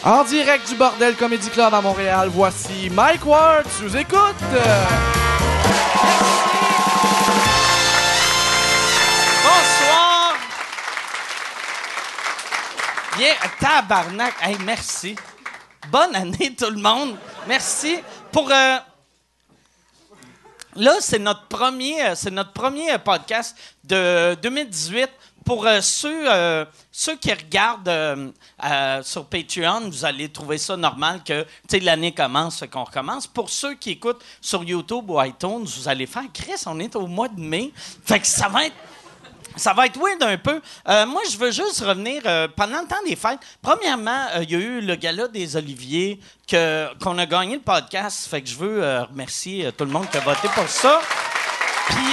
En direct du Bordel Comedy Club à Montréal, voici Mike Ward. Tu nous écoutes? Bonsoir! Bien, tabarnak. Hey, merci. Bonne année, tout le monde. Merci. Pour... Là, c'est notre premier podcast de 2018. Pour ceux qui regardent sur Patreon, vous allez trouver ça normal que l'année commence, qu'on recommence. Pour ceux qui écoutent sur YouTube ou iTunes, vous allez faire « Chris, on est au mois de mai. » Fait que ça va être weird un peu. Moi, je veux juste revenir pendant le temps des fêtes. Premièrement, il y a eu le gala des Oliviers qu'on a gagné le podcast. Fait que je veux remercier tout le monde qui a voté pour ça. Puis,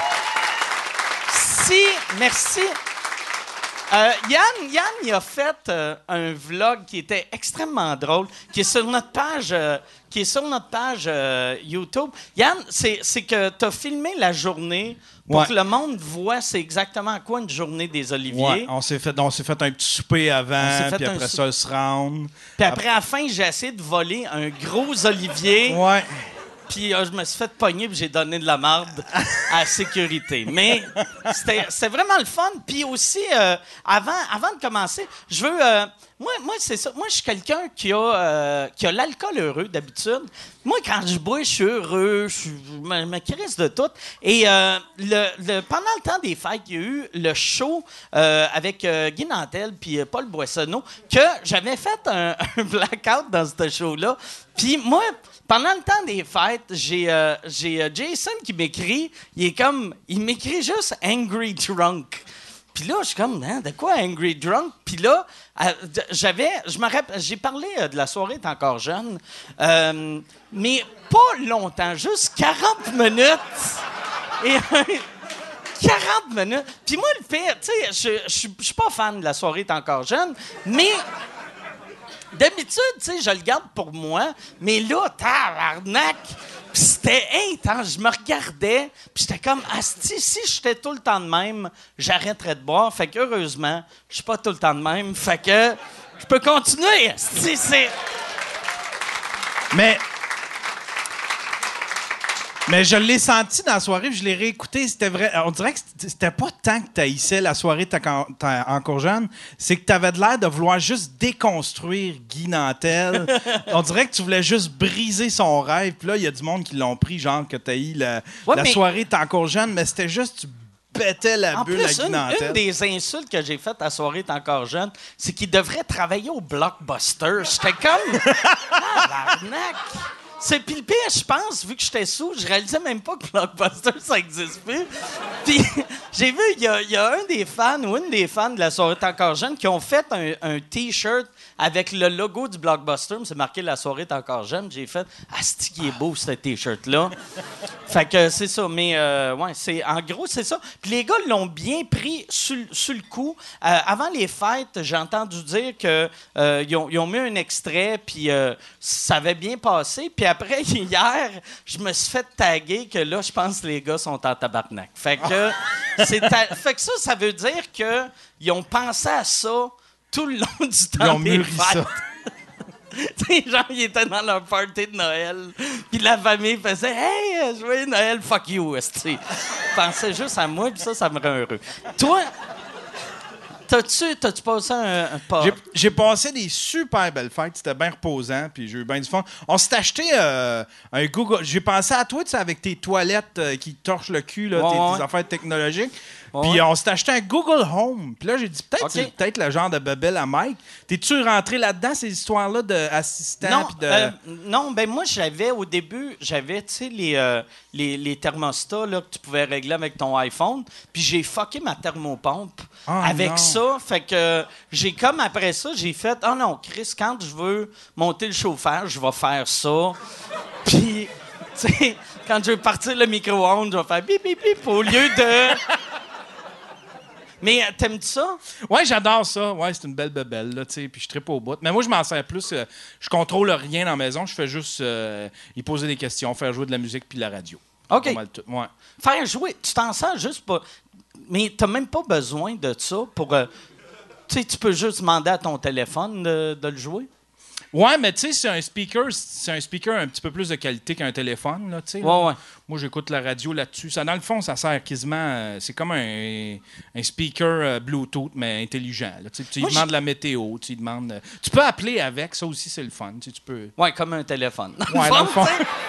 merci. Yann, il a fait un vlog qui était extrêmement drôle, qui est sur notre page, YouTube. Yann, c'est que tu as filmé la journée pour que le monde voit c'est exactement quoi une journée des Oliviers. Ouais, on s'est fait un petit souper avant, puis après ça, se rendre. Puis après, à la fin, j'ai essayé de voler un gros Olivier. Ouais. Puis je me suis fait pogner puis j'ai donné de la marde à la sécurité. Mais c'était vraiment le fun. Puis aussi, avant de commencer, je veux... moi, c'est ça. Moi, je suis quelqu'un qui a l'alcool heureux, d'habitude. Moi, quand je bois, je suis heureux. Je me crisse de tout. Et pendant le temps des fêtes, il y a eu le show avec Guy Nantel puis Paul Boissonneau que j'avais fait un blackout dans ce show-là. Puis moi... Pendant le temps des fêtes, j'ai Jason qui m'écrit. Il m'écrit juste Angry Drunk. Puis là, je suis comme, hein, de quoi Angry Drunk? Puis là, j'ai parlé de la soirée T'es encore jeune, mais pas longtemps, juste 40 minutes. Et 40 minutes. Puis moi, le pire, tu sais, je suis pas fan de la soirée T'es encore jeune, mais... D'habitude, tu sais, je le garde pour moi, mais là, tabarnak, c'était intense. Je me regardais, puis j'étais comme, asti, si j'étais tout le temps de même, j'arrêterais de boire. Fait que, heureusement, je suis pas tout le temps de même. Fait que, je peux continuer, asti, c'est... Mais je l'ai senti dans la soirée, puis je l'ai réécouté. C'était vrai. On dirait que c'était pas tant que t'haïssais la soirée T'es encore jeune, c'est que t'avais de l'air de vouloir juste déconstruire Guy Nantel. On dirait que tu voulais juste briser son rêve. Puis là, il y a du monde qui l'ont pris, genre que t'haïs la soirée T'es encore jeune, mais c'était juste tu pétais la bulle à Guy Nantel. Une des insultes que j'ai faites à la soirée T'es encore jeune, c'est qu'il devrait travailler au Blockbuster. J'étais comme... Tabarnak! Puis le pire, je pense, vu que j'étais sous, je réalisais même pas que Blockbuster, ça existe plus. Puis j'ai vu, il y a un des fans ou une des fans de la soirée T'es encore jeune qui ont fait un T-shirt avec le logo du Blockbuster. C'est marqué La soirée T'es encore jeune. J'ai fait « Ah, c'est qui est beau, ce T-shirt-là. » Fait que c'est ça. Mais ouais, en gros, c'est ça. Puis les gars l'ont bien pris sur le coup. Avant les fêtes, j'ai entendu dire qu'ils ont mis un extrait, puis ça avait bien passé. Puis après, hier, je me suis fait taguer que là, je pense que les gars sont en tabarnak. Fait que, fait que ça veut dire qu'ils ont pensé à ça tout le long du temps des fêtes. Tu sais, genre, ils étaient dans leur party de Noël, puis la famille faisait « Hey, joyeux Noël, fuck you! » Ils pensaient juste à moi, puis ça me rend heureux. Toi... T'as-tu passé un pas? J'ai passé des super belles fêtes. C'était bien reposant, puis j'ai eu bien du fun. On s'est acheté un Google... J'ai pensé à toi, tu sais, avec tes toilettes qui torchent le cul, là, tes affaires technologiques. Puis on s'est acheté un Google Home. Puis là, j'ai dit, c'est peut-être le genre de bebelle à Mike. T'es-tu rentré là-dedans, ces histoires-là d'assistants? Non, ben moi, au début, tu sais, les thermostats là, que tu pouvais régler avec ton iPhone. Puis j'ai fucké ma thermopompe avec ça. Fait que j'ai comme après ça, j'ai fait, oh non, Chris, quand je veux monter le chauffage, je vais faire ça. Puis, tu sais, quand je veux partir le micro-ondes, je vais faire bip, bip, bip au lieu de... Mais t'aimes-tu ça? Ouais, j'adore ça. Ouais, c'est une belle bebelle, là, tu sais, puis je trippe au bout. Mais moi, je m'en sers plus. Je contrôle rien dans la maison. Je fais juste y poser des questions, faire jouer de la musique puis de la radio. OK. Pas mal tout. Ouais. Faire jouer, tu t'en sers juste pas... Mais t'as même pas besoin de ça pour... tu sais, tu peux juste demander à ton téléphone de le jouer. Ouais, mais tu sais, c'est un speaker un petit peu plus de qualité qu'un téléphone, là, tu sais. Ouais. Moi, j'écoute la radio là-dessus. Ça, dans le fond, ça sert quasiment... c'est comme un speaker Bluetooth, mais intelligent. Là. Tu lui demandes la météo, tu lui demandes... tu peux appeler avec, ça aussi, c'est le fun. Tu peux... Ouais, comme un téléphone. Ouais, dans le fond...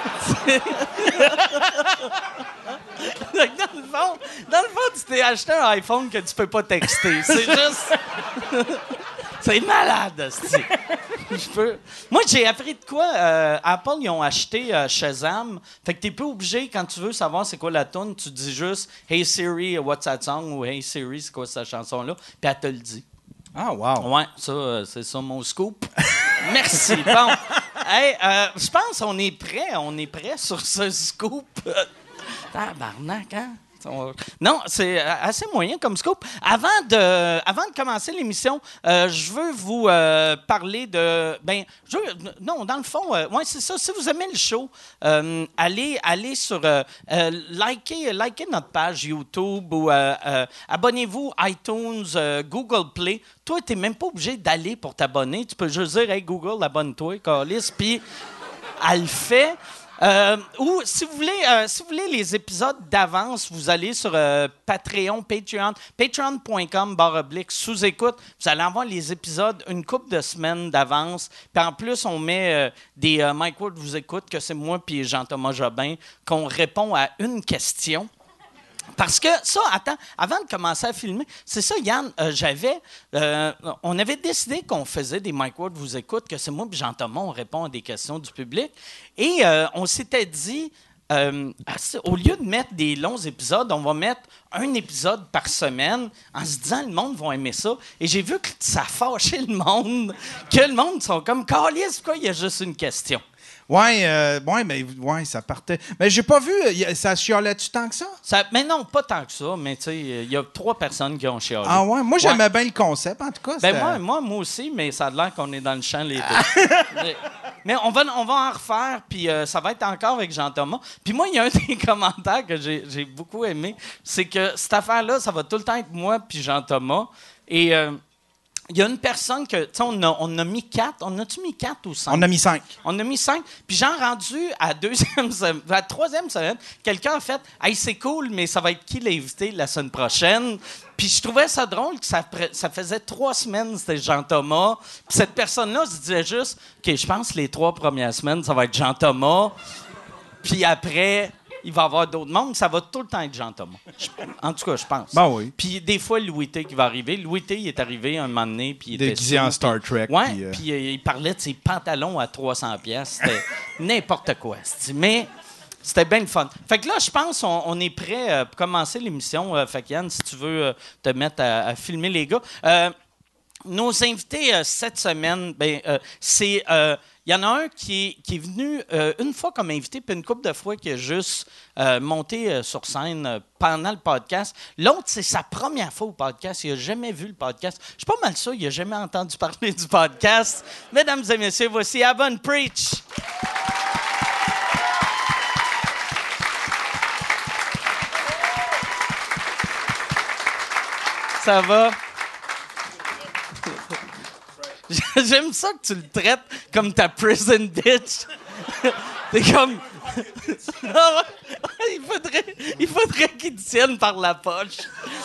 Dans le fond, tu t'es acheté un iPhone que tu peux pas texter. C'est juste... C'est malade, Moi, j'ai appris de quoi. Apple, ils ont acheté Shazam. Fait que t'es pas obligé, quand tu veux savoir c'est quoi la tune, tu dis juste « Hey Siri, what's that song? » ou « Hey Siri, c'est quoi cette chanson-là? » Puis elle te le dit. Ah, wow. Ouais, ça, c'est ça mon scoop. Merci. Bon. Hey, je pense qu'on est prêt. On est prêt sur ce scoop. Tabarnak, hein? Non, c'est assez moyen comme scoop. Avant de commencer l'émission, je veux vous parler de... dans le fond, ouais, c'est ça. Si vous aimez le show, allez sur... likez notre page YouTube ou abonnez-vous iTunes, Google Play. Toi, tu n'es même pas obligé d'aller pour t'abonner. Tu peux juste dire « Hey, Google, abonne-toi, câlisse », puis elle le fait. Ou si vous voulez les épisodes d'avance, vous allez sur patreon.com/sous-écoute. Vous allez avoir les épisodes une couple de semaines d'avance. Puis en plus, on met des Mike Ward vous écoute, que c'est moi puis Jean-Thomas Jobin, qu'on répond à une question. Parce que ça, attends, avant de commencer à filmer, c'est ça, Yann, on avait décidé qu'on faisait des Mike Ward vous écoute, que c'est moi et Jean-Thomas, on répond à des questions du public. Et on s'était dit, au lieu de mettre des longs épisodes, on va mettre un épisode par semaine en se disant, le monde va aimer ça. Et j'ai vu que ça fâchait le monde, que le monde sont comme, câlisse, pourquoi il y a juste une question? Ouais, ça partait. Mais j'ai pas vu, ça chialait-tu tant que ça? Mais non, pas tant que ça, mais tu sais, il y a 3 personnes qui ont chialé. Ah ouais? Moi, j'aimais bien le concept, en tout cas. Moi aussi, mais ça a l'air qu'on est dans le champ les deux. Mais on va en refaire, puis ça va être encore avec Jean-Thomas. Puis moi, il y a un des commentaires que j'ai beaucoup aimé, c'est que cette affaire-là, ça va tout le temps être moi puis Jean-Thomas. Et... il y a une personne que, tu sais, on a mis 4. On a-tu mis 4 ou 5? On a mis 5. On a mis 5. Puis j'ai rendu à la 3e semaine, quelqu'un a fait « Hey, c'est cool, mais ça va être qui l'invité la semaine prochaine? » Puis je trouvais ça drôle que ça faisait 3 semaines, c'était Jean-Thomas. Puis cette personne-là se disait juste « OK, je pense que les 3 premières semaines, ça va être Jean-Thomas. Puis après... il va y avoir d'autres mondes, ça va tout le temps être Jean-Thomas. En tout cas, je pense. Ben oui. Puis des fois, Louis T qui va arriver. Louis T, il est arrivé un moment donné, puis il était déguisé en Star Trek. Ouais, puis il parlait de ses pantalons à 300$. C'était n'importe quoi. Mais c'était bien le fun. Fait que là, je pense on est prêt pour commencer l'émission. Fait que Yann, si tu veux te mettre à filmer les gars. Nos invités cette semaine, c'est... il y en a un qui est venu une fois comme invité, puis une couple de fois qui a juste monté sur scène pendant le podcast. L'autre, c'est sa première fois au podcast. Il n'a jamais vu le podcast. Je suis pas mal sûr, il n'a jamais entendu parler du podcast. Mesdames et messieurs, voici Avon Preach. Ça va? J'aime ça que tu le traites comme ta prison bitch. T'es comme... il faudrait qu'il te tienne par la poche.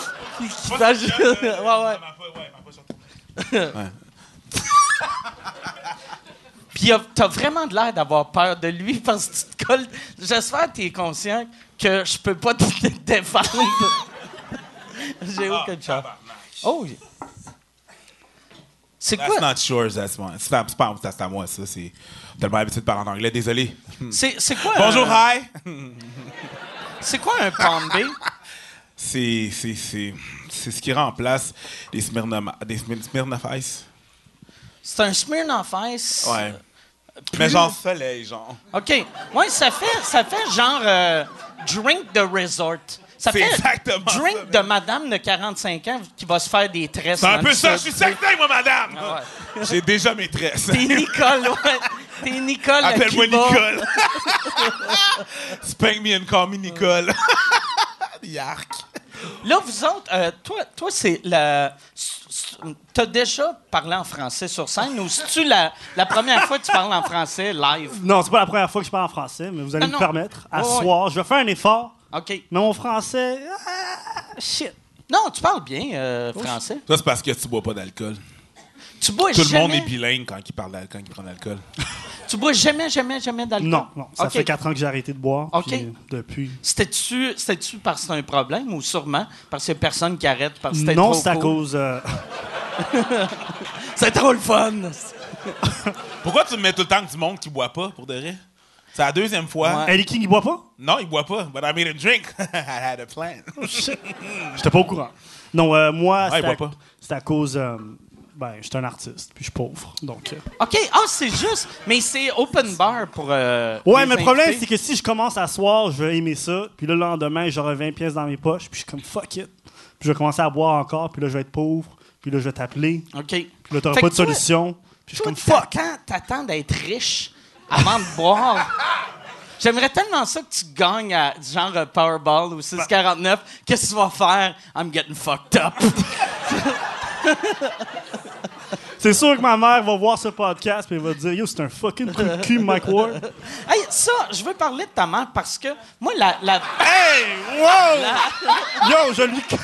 Puis t'as vraiment de l'air d'avoir peur de lui parce que tu te colles... J'espère que t'es conscient que je peux pas te défendre. J'ai aucun chance. Oh! C'est quoi? That's not yours, that's mine. C'est à moi, ça. C'est tellement habitué de parler en anglais. Désolé. C'est quoi? Bonjour, hi! C'est quoi un Bombay? C'est ce qui remplace des Smirnoff Ice. C'est un Smirnoff Ice? Ouais. Mais genre soleil, genre. OK. Ouais, ça fait genre drink de resort. Ça fait exactement drink ça, de madame de 45 ans qui va se faire des tresses. C'est un peu ça, je suis certain, moi, madame! Ah ouais. J'ai déjà mes tresses. T'es Nicole, ouais. T'es Nicole. Appelle-moi Nicole. Spank me and call me Nicole. Yark. Là, vous autres, toi c'est t'as déjà parlé en français sur scène ou c'est-tu la première fois que tu parles en français live? Non, c'est pas la première fois que je parle en français, mais vous allez Non, me non. permettre. À Ouais, soir, je vais faire un effort, OK. mais mon français... shit. Non, tu parles bien français. Ça, c'est parce que tu bois pas d'alcool. Tu bois Tout jamais... le monde est bilingue quand il parle d'alcool, quand il prend de l'alcool. Tu bois jamais d'alcool? Non. Ça OK. fait 4 ans que j'ai arrêté de boire. OK. Puis, depuis... C'était-tu parce que c'est un problème ou sûrement parce qu'il y a personne qui arrête parce que c'était Non, trop c'est à cool? cause... C'est trop le fun! Pourquoi tu me mets tout le temps que du monde qui boit pas, pour de vrai? C'est la deuxième fois. Ouais. Ellie King, il boit pas? Non, il boit pas. But I made him drink. I had a plan. J'étais pas au courant. Non, moi, il boit pas. c'est à cause... j'étais un artiste, puis je suis pauvre, donc... OK, c'est juste... Mais c'est open bar pour Ouais, les mais le problème, invités. c'est que si je commence à soir, je vais aimer ça, puis le lendemain, j'aurai 20 pièces dans mes poches, puis je suis comme « fuck it ». Puis je vais commencer à boire encore, puis là, je vais être pauvre, puis là, je vais t'appeler, OK. puis là, t'auras Fait pas que de toi- solution, puis je suis Toi, comme « fuck ». t'attends d'être riche avant de boire. J'aimerais tellement ça que tu gagnes à genre Powerball ou 649. Qu'est-ce que tu vas faire? I'm getting fucked up. C'est sûr que ma mère va voir ce podcast, puis elle va dire « Yo, c'est un fucking trou de cul, Mike Ward ». Hey, ça, je veux parler de ta mère parce que moi, la Hey! Wow! Yo,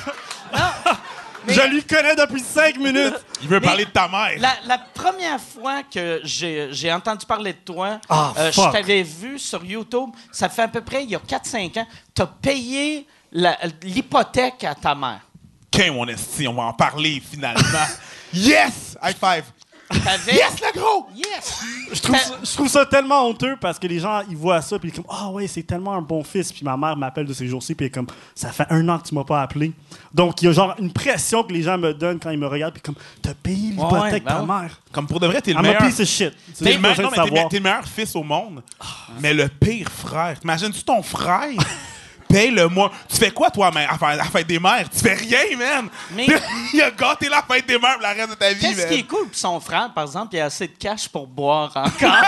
je lui connais depuis 5 minutes. Il veut Mais- parler de ta mère. La première fois que j'ai entendu parler de toi, Ah, je fuck. t'avais vu sur YouTube, ça fait à peu près il y a 4-5 ans, tu as payé l'hypothèque à ta mère. Qu'un, mon esti, on va en parler finalement. Yes! High five. T'avais... Yes, le gros! Yes! Je trouve ça tellement honteux parce que les gens, ils voient ça, puis ils sont comme « Ah ouais, c'est tellement un bon fils ». Puis ma mère m'appelle de ces jours-ci, puis elle est comme « Ça fait 1 an que tu m'as pas appelé ». Donc, il y a genre une pression que les gens me donnent quand ils me regardent, puis comme « T'as payé l'hypothèque ben ta ouais. mère Comme pour de vrai, t'es ». le I'm a meilleur. piece of shit. C'est T'es juste le, besoin non, de mais savoir. t'es le meilleur fils au monde, mais le pire frère. T'imagines-tu ton frère? Paye-le-moi. Tu fais quoi, toi, man, à la fête des mères? Tu fais rien, man! Mais- Il a gâté la fête des mères pour la reste de ta vie, Qu'est-ce man. qui est cool, puis son frère, par exemple, il a assez de cash pour boire encore.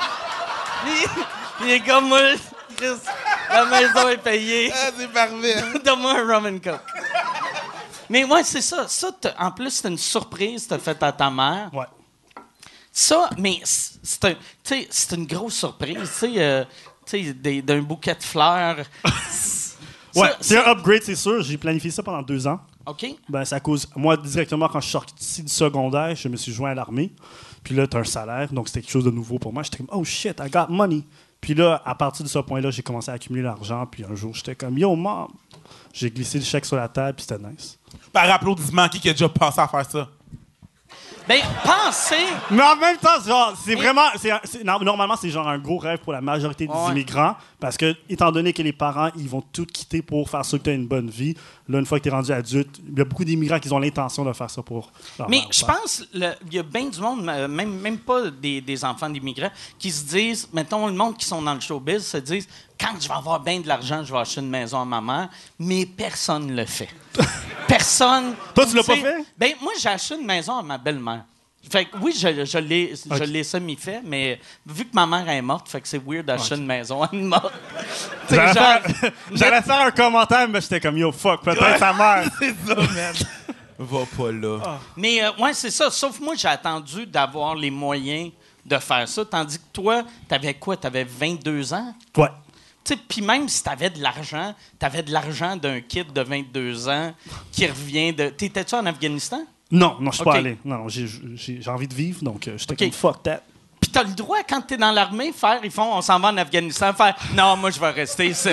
il est comme moi, Chris, la maison est payée. Ah, c'est parfait. Donne-moi un rum and coke. Mais ouais, c'est ça. Ça, en plus, c'est une surprise que t'as faite à ta mère. Ouais. Ça, mais c'est une grosse surprise. Tu sais, d'un bouquet de fleurs. Ouais, Ça, c'est un upgrade, c'est sûr. J'ai planifié ça pendant 2 ans. OK? Ben, c'est à cause. Moi, directement, quand je suis sorti du secondaire, je me suis joint à l'armée. Puis là, t'as un salaire, donc c'était quelque chose de nouveau pour moi. J'étais comme, oh shit, I got money. Puis là, à partir de ce point-là, j'ai commencé à accumuler l'argent. Puis un jour, j'étais comme, yo, mom. J'ai glissé le chèque sur la table, puis c'était nice. Par applaudissement, qui a déjà pensé à faire ça? Ben, pensez. Mais en même temps, genre, c'est vraiment. Normalement, c'est genre un gros rêve pour la majorité des Ouais. immigrants. Parce que, étant donné que les parents, ils vont tout quitter pour faire ça que tu as une bonne vie, là, une fois que tu es rendu adulte, il y a beaucoup d'immigrants qui ont l'intention de faire ça pour leur Mais mère ou je père. pense il y a bien du monde, même pas des enfants d'immigrants, qui se disent, mettons, le monde qui sont dans le showbiz, se disent, quand je vais avoir bien de l'argent, je vais acheter une maison à ma mère, mais personne ne le fait. Personne. Toi, tu l'as pas sais, fait? Ben, moi, j'ai acheté une maison à ma belle-mère. Fait que oui, je l'ai semi-fait, mais vu que ma mère est morte, fait que c'est weird d'acheter une maison à une morte. Tu sais, J'allais faire un commentaire, mais j'étais comme, yo, fuck, peut-être sa mère. C'est ça, man. Va pas là. Mais ouais, c'est ça. Sauf moi, j'ai attendu d'avoir les moyens de faire ça. Tandis que toi, t'avais quoi? T'avais 22 ans? Ouais. Tu sais, puis même si t'avais de l'argent d'un kid de 22 ans qui revient de... T'étais-tu en Afghanistan? Non, je suis Ok. pas allé. Non, j'ai envie de vivre, donc j'étais Ok. comme, fuck that. Puis t'as le droit, quand t'es dans l'armée, ils font, on s'en va en Afghanistan, faire, non, moi, je vais rester ici.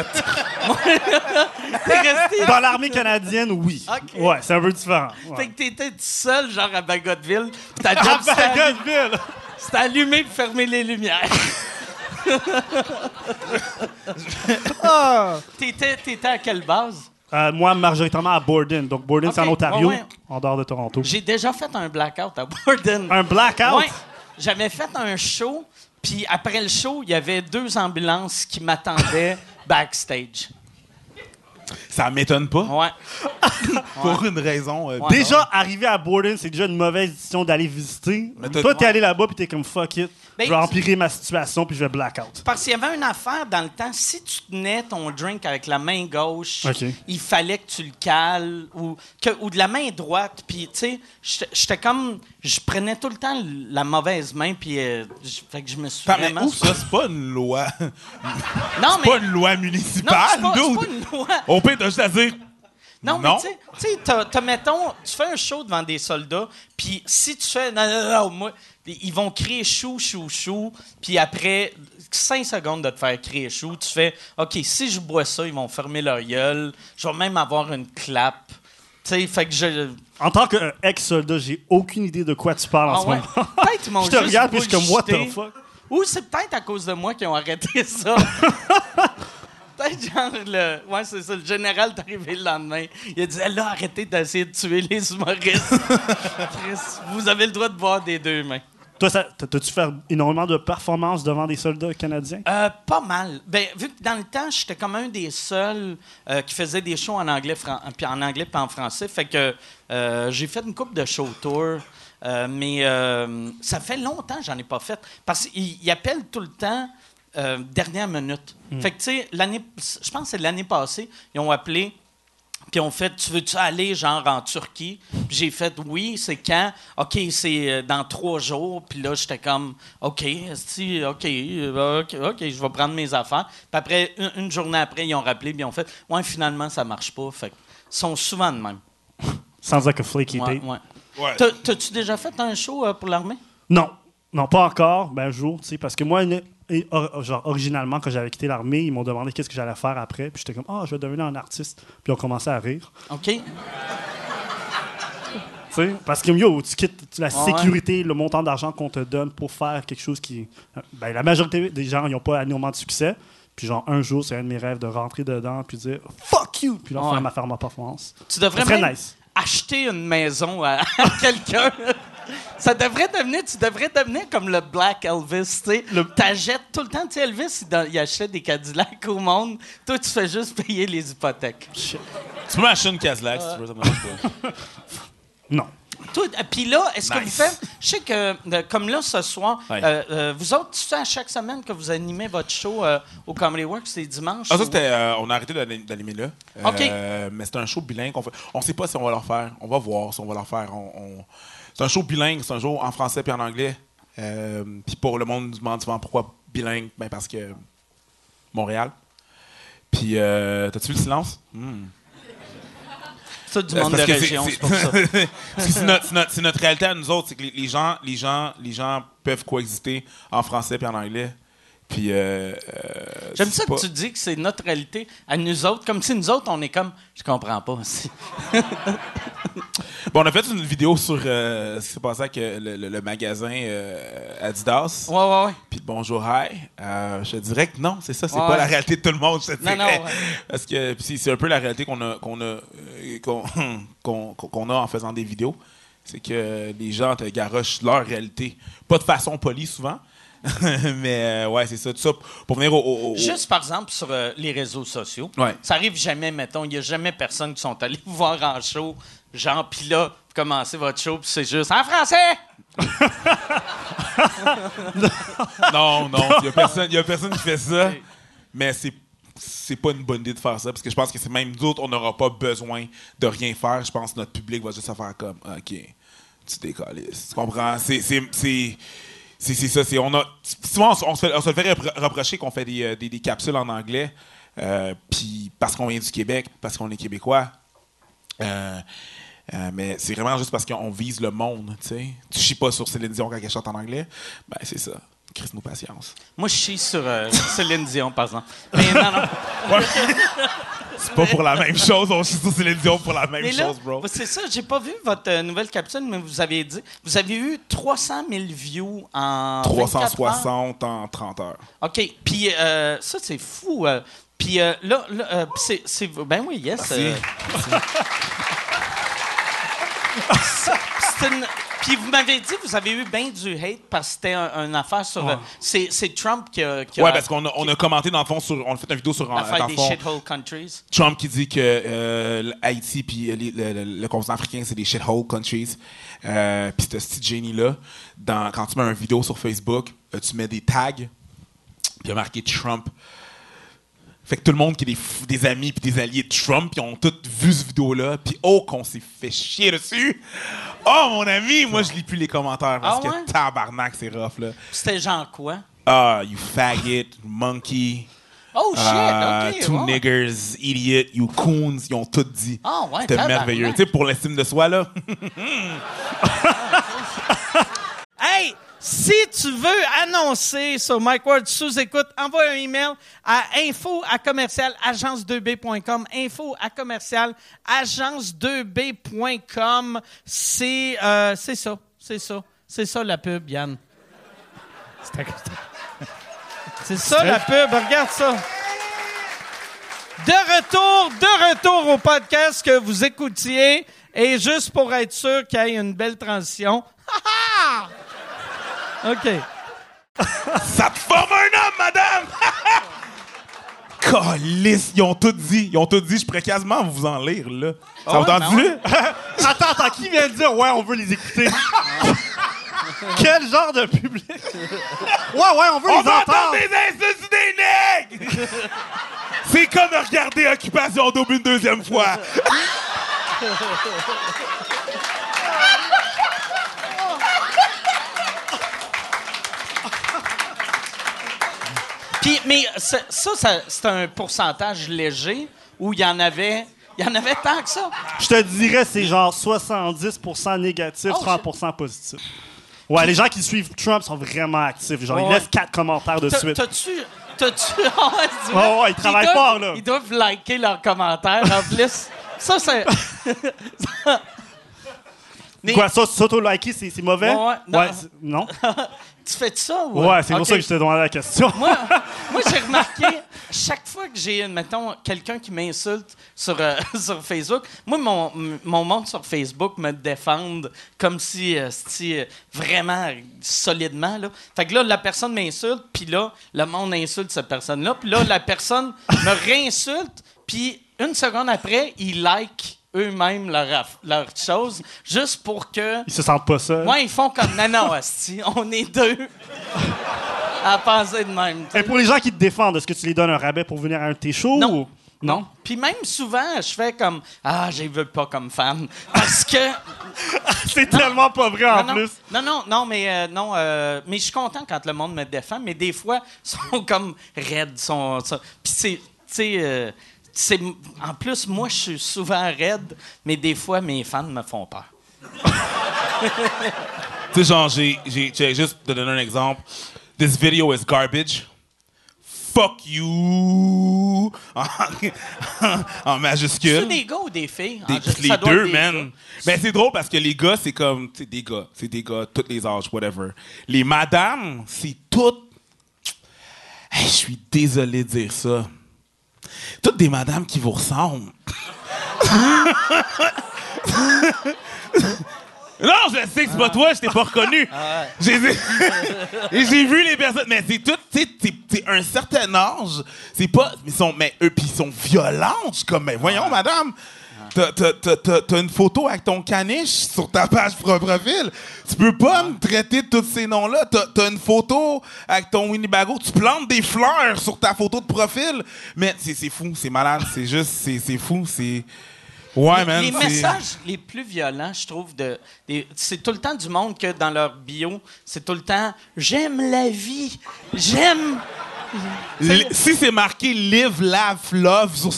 T'es resté... Dans l'armée canadienne, oui. Ok. Ouais, c'est un peu différent. Fait Ouais. que t'étais tout seul, genre à Bagotville. Puis ta Ah, job, Bagotville! c'était allumé et fermer les lumières. T'étais à quelle base? Moi, majoritairement à Borden. Donc, Borden, c'est en Ok, Ontario, ouais. en dehors de Toronto. J'ai déjà fait un blackout à Borden. Un blackout? Ouais. J'avais fait un show, puis après le show, il y avait 2 ambulances qui m'attendaient backstage. Ça m'étonne pas. Ouais. Pour une raison. Déjà, arriver à Borden, c'est déjà une mauvaise décision d'aller visiter. Toi, t'es allé là-bas puis t'es comme fuck it. Ben, je vais empirer ma situation puis je vais blackout. Parce qu'il y avait une affaire dans le temps, si tu tenais ton drink avec la main gauche, OK. il fallait que tu le cales ou de la main droite. Puis, tu sais, j'étais comme. Je prenais tout le temps la mauvaise main, puis fait que je me suis Mais vraiment. ouf, ça, c'est pas une loi. Non, C'est pas une loi municipale, non, c'est dude. pas une loi. Au pire, t'as juste à dire. Non, Non. mais tu sais, mettons, tu fais un show devant des soldats, puis si tu fais non, moi, ils vont crier chou, chou, chou, puis après 5 secondes de te faire crier chou, tu fais OK, si je bois ça, ils vont fermer leur gueule, je vais même avoir une clap. Tu sais, fait que En tant qu'ex-soldat, j'ai aucune idée de quoi tu parles en ce moment. Peut-être qu'ils m'ont Je te juste regarde puis je suis comme what bullshité. the fuck. Ou c'est peut-être à cause de moi qu'ils ont arrêté ça. Peut-être genre ouais, c'est ça, le général est arrivé le lendemain. Il a dit là, arrêtez d'essayer de tuer les humoristes. Chris, vous avez le droit de boire des deux mains. Toi, t'as-tu fait énormément de performances devant des soldats canadiens? Pas mal. Ben, vu que dans le temps, j'étais comme un des seuls qui faisait des shows en anglais puis en français. Fait que j'ai fait une couple de show tours. Mais ça fait longtemps que j'en ai pas fait. Parce qu'ils appellent tout le temps dernière minute. Fait que, tu sais, je pense que c'est l'année passée, ils ont appelé, puis ils ont fait « Tu veux-tu aller, genre, en Turquie? » Puis j'ai fait « Oui, c'est quand? » « OK, c'est dans 3 jours. » Puis là, j'étais comme « OK, OK, je vais prendre mes affaires. » Puis après, une journée après, ils ont rappelé, puis ils ont fait « Ouais, finalement, ça marche pas. » Fait que, ils sont souvent de même. Sounds like a flaky Ouais, date. ouais. Ouais. T'as-tu déjà fait un show pour l'armée? Non, pas encore. Ben, un jour, tu sais, parce que moi, originalement, quand j'avais quitté l'armée, ils m'ont demandé qu'est-ce que j'allais faire après. Puis j'étais comme, je vais devenir un artiste. Puis ils ont commencé à rire. OK. Tu sais, parce que, yo, tu quittes la sécurité, le montant d'argent qu'on te donne pour faire quelque chose qui... Ben, la majorité des gens, ils n'ont pas énormément de succès. Puis genre, un jour, c'est un de mes rêves de rentrer dedans puis dire « Fuck you! » Puis là, faire ma performance. Tu devrais très même nice. acheter une maison à quelqu'un. Tu devrais devenir comme le Black Elvis, tu sais. T'achètes tout le temps, tu sais, Elvis, il achetait des Cadillacs au monde. Toi, tu fais juste payer les hypothèques. Tu peux m'acheter une Cadillac si tu veux, ça me dérange pas. Non. Puis là, est-ce que vous Nice. faites... Je sais que, comme là, ce soir, Ouais. vous autres, c'est à chaque semaine que vous animez votre show au Comedy Works, c'est dimanche? Ah, ça, ou- c'était. On a arrêté d'animer là. OK. Mais c'est un show bilingue qu'on fait. On sait pas si on va leur faire. On va voir si on va leur faire. C'est un show bilingue, c'est un show en français puis en anglais. Puis pour le monde du demande souvent pourquoi bilingue? Ben parce que Montréal. Puis t'as-tu vu le silence? Ça, du monde de Parce que région, c'est pour ça. Parce que c'est notre réalité à nous autres, c'est que les gens peuvent coexister en français puis en anglais. Puis J'aime ça que tu dis que c'est notre réalité à nous autres, comme si nous autres, on est comme... Je comprends pas aussi. Bon, on a fait une vidéo sur ce qui s'est passé avec le magasin Adidas. Ouais. Puis Bonjour Hi. Je te dirais que non, c'est ça, c'est Ouais. pas la réalité de tout le monde, je te dirais. Non, ouais. Parce que puis c'est un peu la réalité qu'on a en faisant des vidéos. C'est que les gens te garochent leur réalité. Pas de façon polie souvent. Mais ouais, c'est ça. Tout ça pour venir au Juste, par exemple, sur les réseaux sociaux, Ouais. ça arrive jamais, mettons, il n'y a jamais personne qui sont allés vous voir en show, genre, puis là, vous commencez votre show, puis c'est juste « En français! Non, il y a personne qui fait ça. Mais c'est pas une bonne idée de faire ça parce que je pense que c'est même d'autres, on n'aura pas besoin de rien faire. Je pense que notre public va juste se faire comme OK, tu décalisses. Tu comprends? C'est ça. Souvent, on se le fait reprocher qu'on fait des capsules en anglais, puis parce qu'on vient du Québec, parce qu'on est québécois. Mais c'est vraiment juste parce qu'on vise le monde, tu sais. Tu chies pas sur Céline Dion quand elle chante en anglais. Ben, c'est ça. Crisse-nous patience. » Moi, je chie sur Céline Dion, par exemple. Mais non. Ouais. C'est pas pour la même chose. On chie sur Céline Dion pour la même Mais là, chose, bro. c'est ça, j'ai pas vu votre nouvelle capsule, mais vous avez eu 300 000 views en 24 heures. 360 en 30 heures. OK. Puis ça, c'est fou. Puis là, c'est... Ben oui, yes. Merci. Puis vous m'avez dit que vous avez eu bien du hate parce que c'était une affaire sur... c'est Trump qui a... Ouais, parce qu'on a commenté dans le fond sur... On a fait une vidéo sur... l'affaire dans des le fond, shithole countries. Trump qui dit que Haïti puis le continent africain, c'est des shithole countries. Puis ce petit génie-là, quand tu mets une vidéo sur Facebook, tu mets des tags, puis il y a marqué Trump. Fait que tout le monde qui est des amis puis des alliés de Trump, ils ont tous vu cette vidéo-là, puis qu'on s'est fait chier dessus. Oh, mon ami, moi, je lis plus les commentaires parce que tabarnak, c'est rough, là. C'était genre quoi? You faggot, monkey. Oh, shit, OK. Two niggers, idiot, you coons, ils ont tout dit. Ah, ouais, c'était merveilleux. Tu sais, pour l'estime de soi, là. Hey! Si tu veux annoncer sur Mike Ward sous-écoute, envoie un email à info@agence2b.com. info@agence2b.com. C'est ça. C'est ça la pub, Yann. C'est ça la pub. Regarde ça. De retour au podcast que vous écoutiez. Et juste pour être sûr qu'il y ait une belle transition. OK. Ça te forme un homme, madame! Calisse, ils ont tout dit. Je pourrais quasiment vous en lire, là. Ça vous entendu? Attends, qui vient de dire « Ouais, on veut les écouter » Quel genre de public? Ouais, on veut les entendre! On va entendre des insultes des nègres! C'est comme regarder Occupation Double une deuxième fois. Puis, mais ça, c'est un pourcentage léger où il y en avait tant que ça. Je te dirais, c'est genre 70% négatif, 30% positif. Ouais, les gens qui suivent Trump sont vraiment actifs. Genre, ils laissent 4 commentaires de suite. T'as-tu... ils travaillent fort, là. Ils doivent liker leurs commentaires, en plus. Ça, c'est... Quoi, ça, s'auto-liker, c'est mauvais? Ouais, non. Tu fais ça? Ou... Ouais, c'est pour ça que je t'ai demandé la question. Moi, j'ai remarqué, chaque fois que j'ai, mettons, quelqu'un qui m'insulte sur Facebook, moi, mon monde sur Facebook me défend comme si, vraiment solidement, là. Fait que là, la personne m'insulte, puis là, le monde insulte cette personne-là, puis là, la personne me réinsulte, puis une seconde après, ils like eux-mêmes leur chose, juste pour que... Ils se sentent pas seuls. Ouais, ils font comme, non, asti, on est deux à penser de même. Et pour les gens qui te défendent, est-ce que tu les donnes un rabais pour venir à un de tes shows? Non. Ou... Non. Puis même souvent, je fais comme, je les veux pas comme fan. Parce que... C'est tellement pas vrai en plus. Non, mais je suis content quand le monde me défend, mais des fois, ils sont comme raides. Puis en plus, moi, je suis souvent raide, mais des fois, mes fans me font peur. Tu sais, genre, j'ai juste de donner un exemple. This video is garbage. Fuck you! En majuscule. C'est des gars ou des filles? Les deux, man. Mais c'est drôle parce que les gars, c'est comme... C'est des gars, tous les âges, whatever. Les madames, c'est toutes... Hey, je suis désolé de dire ça. Toutes des madames qui vous ressemblent. Non, je sais que c'est pas toi, je t'ai pas reconnu. J'ai vu les personnes, mais c'est tout, tu sais, un certain âge, c'est pas, mais eux, puis ils sont violents. Je suis comme, mais voyons, madame, t'as une photo avec ton caniche sur ta page profil. Tu peux pas me traiter de tous ces noms-là. T'as une photo avec ton Winnebago. Tu plantes des fleurs sur ta photo de profil. Mais c'est fou, c'est malade. C'est juste, c'est fou, c'est... Ouais, man. Les messages les plus violents, je trouve, c'est tout le temps du monde que dans leur bio, c'est tout le temps « J'aime la vie, j'aime... » Si c'est marqué « Live, laugh, love » sur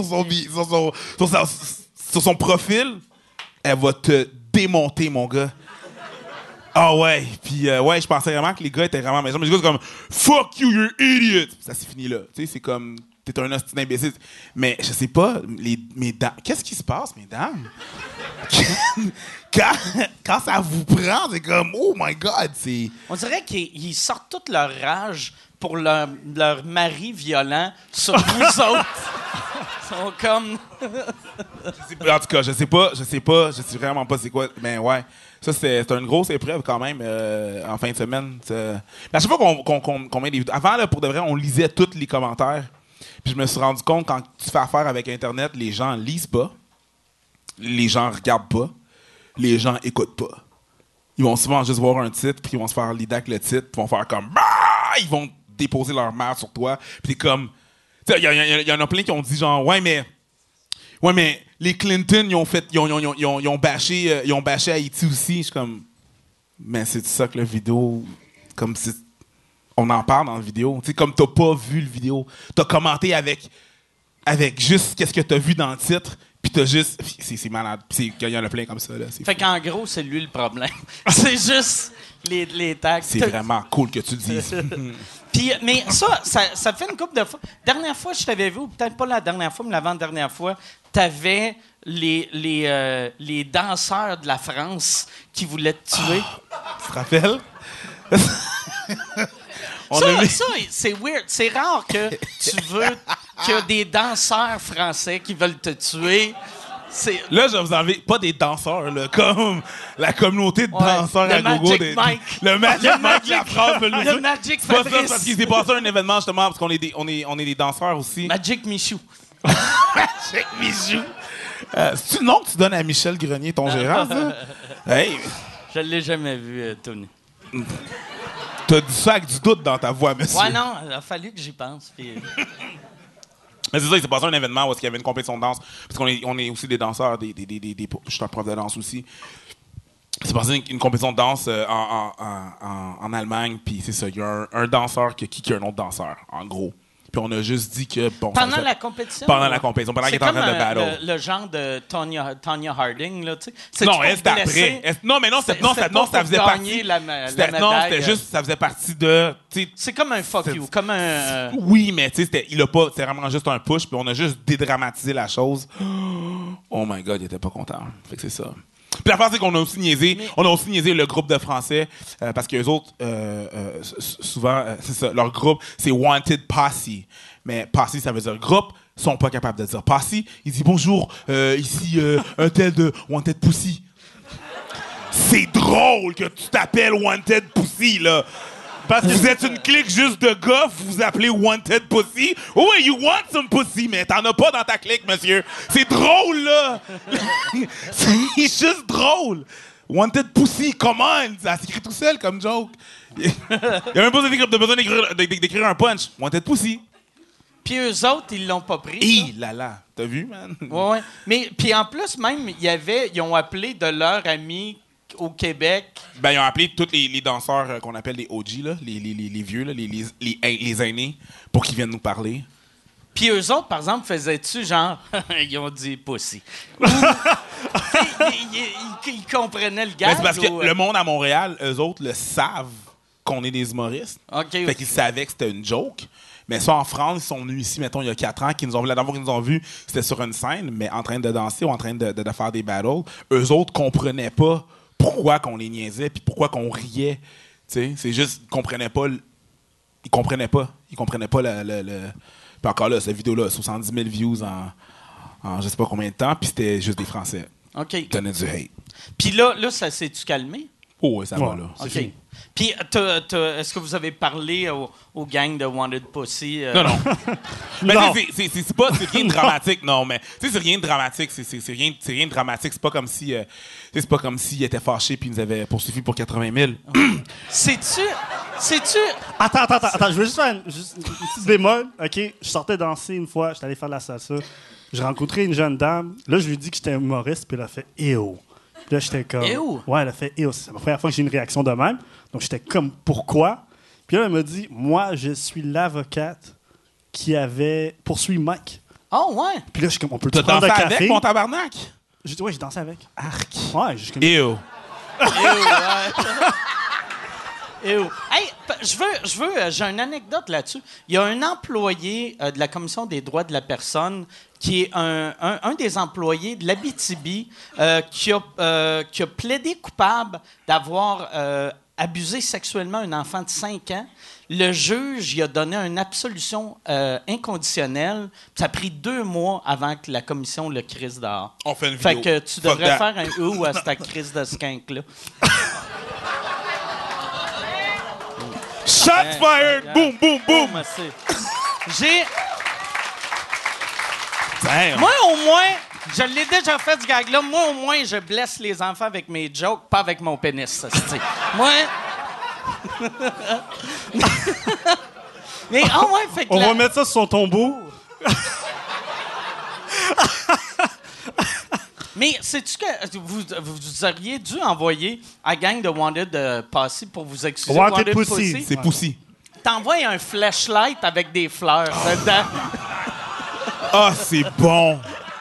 son profil, elle va te démonter, mon gars. Ah ouais, puis je pensais vraiment que les gars étaient vraiment méchants. Mais les gars, c'est comme « Fuck you, you're idiot ». Ça s'est fini là. Tu sais, c'est comme... T'es un hostie imbécile. Mais je sais pas, mes dames... Qu'est-ce qui se passe, mesdames? quand ça vous prend, c'est comme, oh my God, c'est... On dirait qu'ils sortent toute leur rage pour leur mari violent sur vous autres. sont comme... En tout cas, je sais vraiment pas c'est quoi. Mais ouais, ça, c'est une grosse épreuve quand même en fin de semaine. Mais à chaque fois qu'on met des vidéos... Avant, là, pour de vrai, on lisait tous les commentaires. Puis je me suis rendu compte, quand tu fais affaire avec Internet, les gens lisent pas. Les gens regardent pas. Les gens écoutent pas. Ils vont souvent juste voir un titre, puis ils vont se faire l'idée avec le titre, puis ils vont faire comme... Bah! Ils vont déposer leur merde sur toi. Puis t'es comme... Il y en a plein qui ont dit genre, ouais, mais les Clinton, ils ont bâché Haïti aussi. Je suis comme, mais c'est ça que la vidéo, comme si on en parle dans la vidéo. Tu sais, comme t'as pas vu le vidéo, t'as commenté avec juste qu'est-ce que t'as vu dans le titre, puis t'as juste, c'est malade. Il y en a plein comme ça là. Fait qu'en gros, c'est lui le problème. C'est juste les tags. C'est vraiment cool que tu le dises. Puis, mais ça fait une couple de fois. Dernière fois, je t'avais vu, ou peut-être pas la dernière fois, mais l'avant-dernière fois, t'avais les danseurs de la France qui voulaient te tuer. Tu te rappelles? Ça, c'est weird. C'est rare que tu veux qu'il y a des danseurs français qui veulent te tuer. Là, je vous enlever pas des danseurs, là, comme la communauté de danseurs à gogo. Le Magic Mike, la phrase de le Magic c'est pas ça, Fabrice. parce qu'il s'est passé un événement, justement, parce qu'on est des danseurs aussi. Magic Michou. Magic Michou. C'est-tu le nom que tu donnes à Michel Grenier, ton gérant, ça? Hey! Je l'ai jamais vu, Tony. T'as dit ça avec du doute dans ta voix, monsieur. Ouais, non, il a fallu que j'y pense. Puis... Mais c'est ça, il s'est passé un événement où il y avait une compétition de danse. Parce qu'on est aussi des danseurs, je suis un prof de danse aussi. Il s'est passé une compétition de danse en Allemagne, puis c'est ça, il y a un danseur qui a kické un autre danseur, en gros. Puis on a juste dit que... Bon, pendant la compétition? Pendant la compétition, pendant qu'il était en train de battle. Le genre de Tonya Harding, là, tu sais. Non, c'était après. Non, mais non, ça faisait partie... Non, c'était juste, ça faisait partie de... C'est comme un fuck you, comme un... Oui, mais tu sais, c'était vraiment juste un push, puis on a juste dédramatisé la chose. Oh my God, il était pas content. Fait que c'est ça. Puis l'affaire, c'est qu'on a aussi niaisé, le groupe de Français, parce qu'eux autres, souvent, c'est ça, leur groupe, c'est Wanted Posse. Mais Posse, ça veut dire groupe, ils sont pas capables de dire Posse. Ils disent bonjour, ici, un tel de Wanted Pussy. C'est drôle que tu t'appelles Wanted Pussy, là. Parce que vous êtes une clique juste de gars, vous vous appelez Wanted Pussy. Oh, oui, you want some pussy, mais t'en as pas dans ta clique, monsieur. C'est drôle, là. C'est juste drôle. Wanted Pussy, come on. Ça s'écrit tout seul comme joke. Il y a même pas besoin d'écrire un punch. Wanted Pussy. Puis eux autres, ils l'ont pas pris. Hi là là. T'as vu, man? Ouais. Mais puis en plus, même, ils ont appelé de leurs amis au Québec. Ben, ils ont appelé tous les danseurs qu'on appelle les OG, là, les vieux, là, les aînés, pour qu'ils viennent nous parler. Puis eux autres, par exemple, faisaient-tu genre... ils ont dit « pussy ». Ils comprenaient le gars. Ben, c'est parce que le monde à Montréal, eux autres, le savent qu'on est des humoristes. Okay. Fait qu'ils savaient que c'était une joke. Mais ça, en France, ils sont venus ici, mettons, il y a 4 ans, la dernière fois qu'ils nous ont vus, c'était sur une scène, mais en train de danser ou en train de faire des battles. Eux autres comprenaient pas pourquoi qu'on les niaisait puis pourquoi qu'on riait. T'sais, c'est juste qu'ils comprenaient pas. Ils comprenaient pas le... Puis encore là, cette vidéo-là, 70 000 views en je sais pas combien de temps, puis c'était juste des Français. OK. Ils donnaient du hate. Puis là, ça s'est-tu calmé? Oh, oui, ça va, là. OK. Puis, est-ce que vous avez parlé aux gangs de Wanted Pussy? Non. Mais c'est rien de dramatique, non, mais c'est rien de dramatique. C'est rien de dramatique. C'est pas comme si il était fâché puis il nous avait poursuivi pour 80 000. C'est-tu... Attends. Je veux juste faire une petite bémol. OK, je sortais danser une fois, j'étais allé faire de la salsa. J'ai rencontré une jeune dame. Là, je lui ai dit que j'étais humoriste, puis elle a fait « Ew ». Puis là, j'étais comme... Ew? Ouais, elle a fait « Ew ». C'est la première fois que j'ai une réaction de même. Donc, j'étais comme « Pourquoi? » Puis là, elle m'a dit « Moi, je suis l'avocate qui avait poursuivi Mike. » Oh, ouais. Puis là, je suis comme « On peut T'as prendre un dansé café? » avec, mon tabarnak? J'ai dit « Ouais, j'ai dansé avec. » Arc. Ouais, j'ai comme... Ew. Hey, j'ai une anecdote là-dessus. Il y a un employé de la Commission des droits de la personne qui est un des employés de l'Abitibi qui a plaidé coupable d'avoir abusé sexuellement un enfant de 5 ans. Le juge il a donné une absolution inconditionnelle. Ça a pris 2 mois avant que la commission le crisse dehors. On fait une Fait vidéo. que tu Fuck devrais that. faire un ou à cette crise de skink-là. Shots fired! Boom, boom, boom! Moi, j'ai... Damn. Moi, au moins, je l'ai déjà fait, ce gag-là. Moi, au moins, je blesse les enfants avec mes jokes, pas avec mon pénis. Ça, moi... Mais, ouais, fait que On va mettre ça sur son tombeau. Mais sais-tu que vous auriez dû envoyer à gang de Wanted de passer pour vous excuser? Wanted Pussy. C'est Pussy. T'envoies un flashlight avec des fleurs dedans. Ah, c'est bon!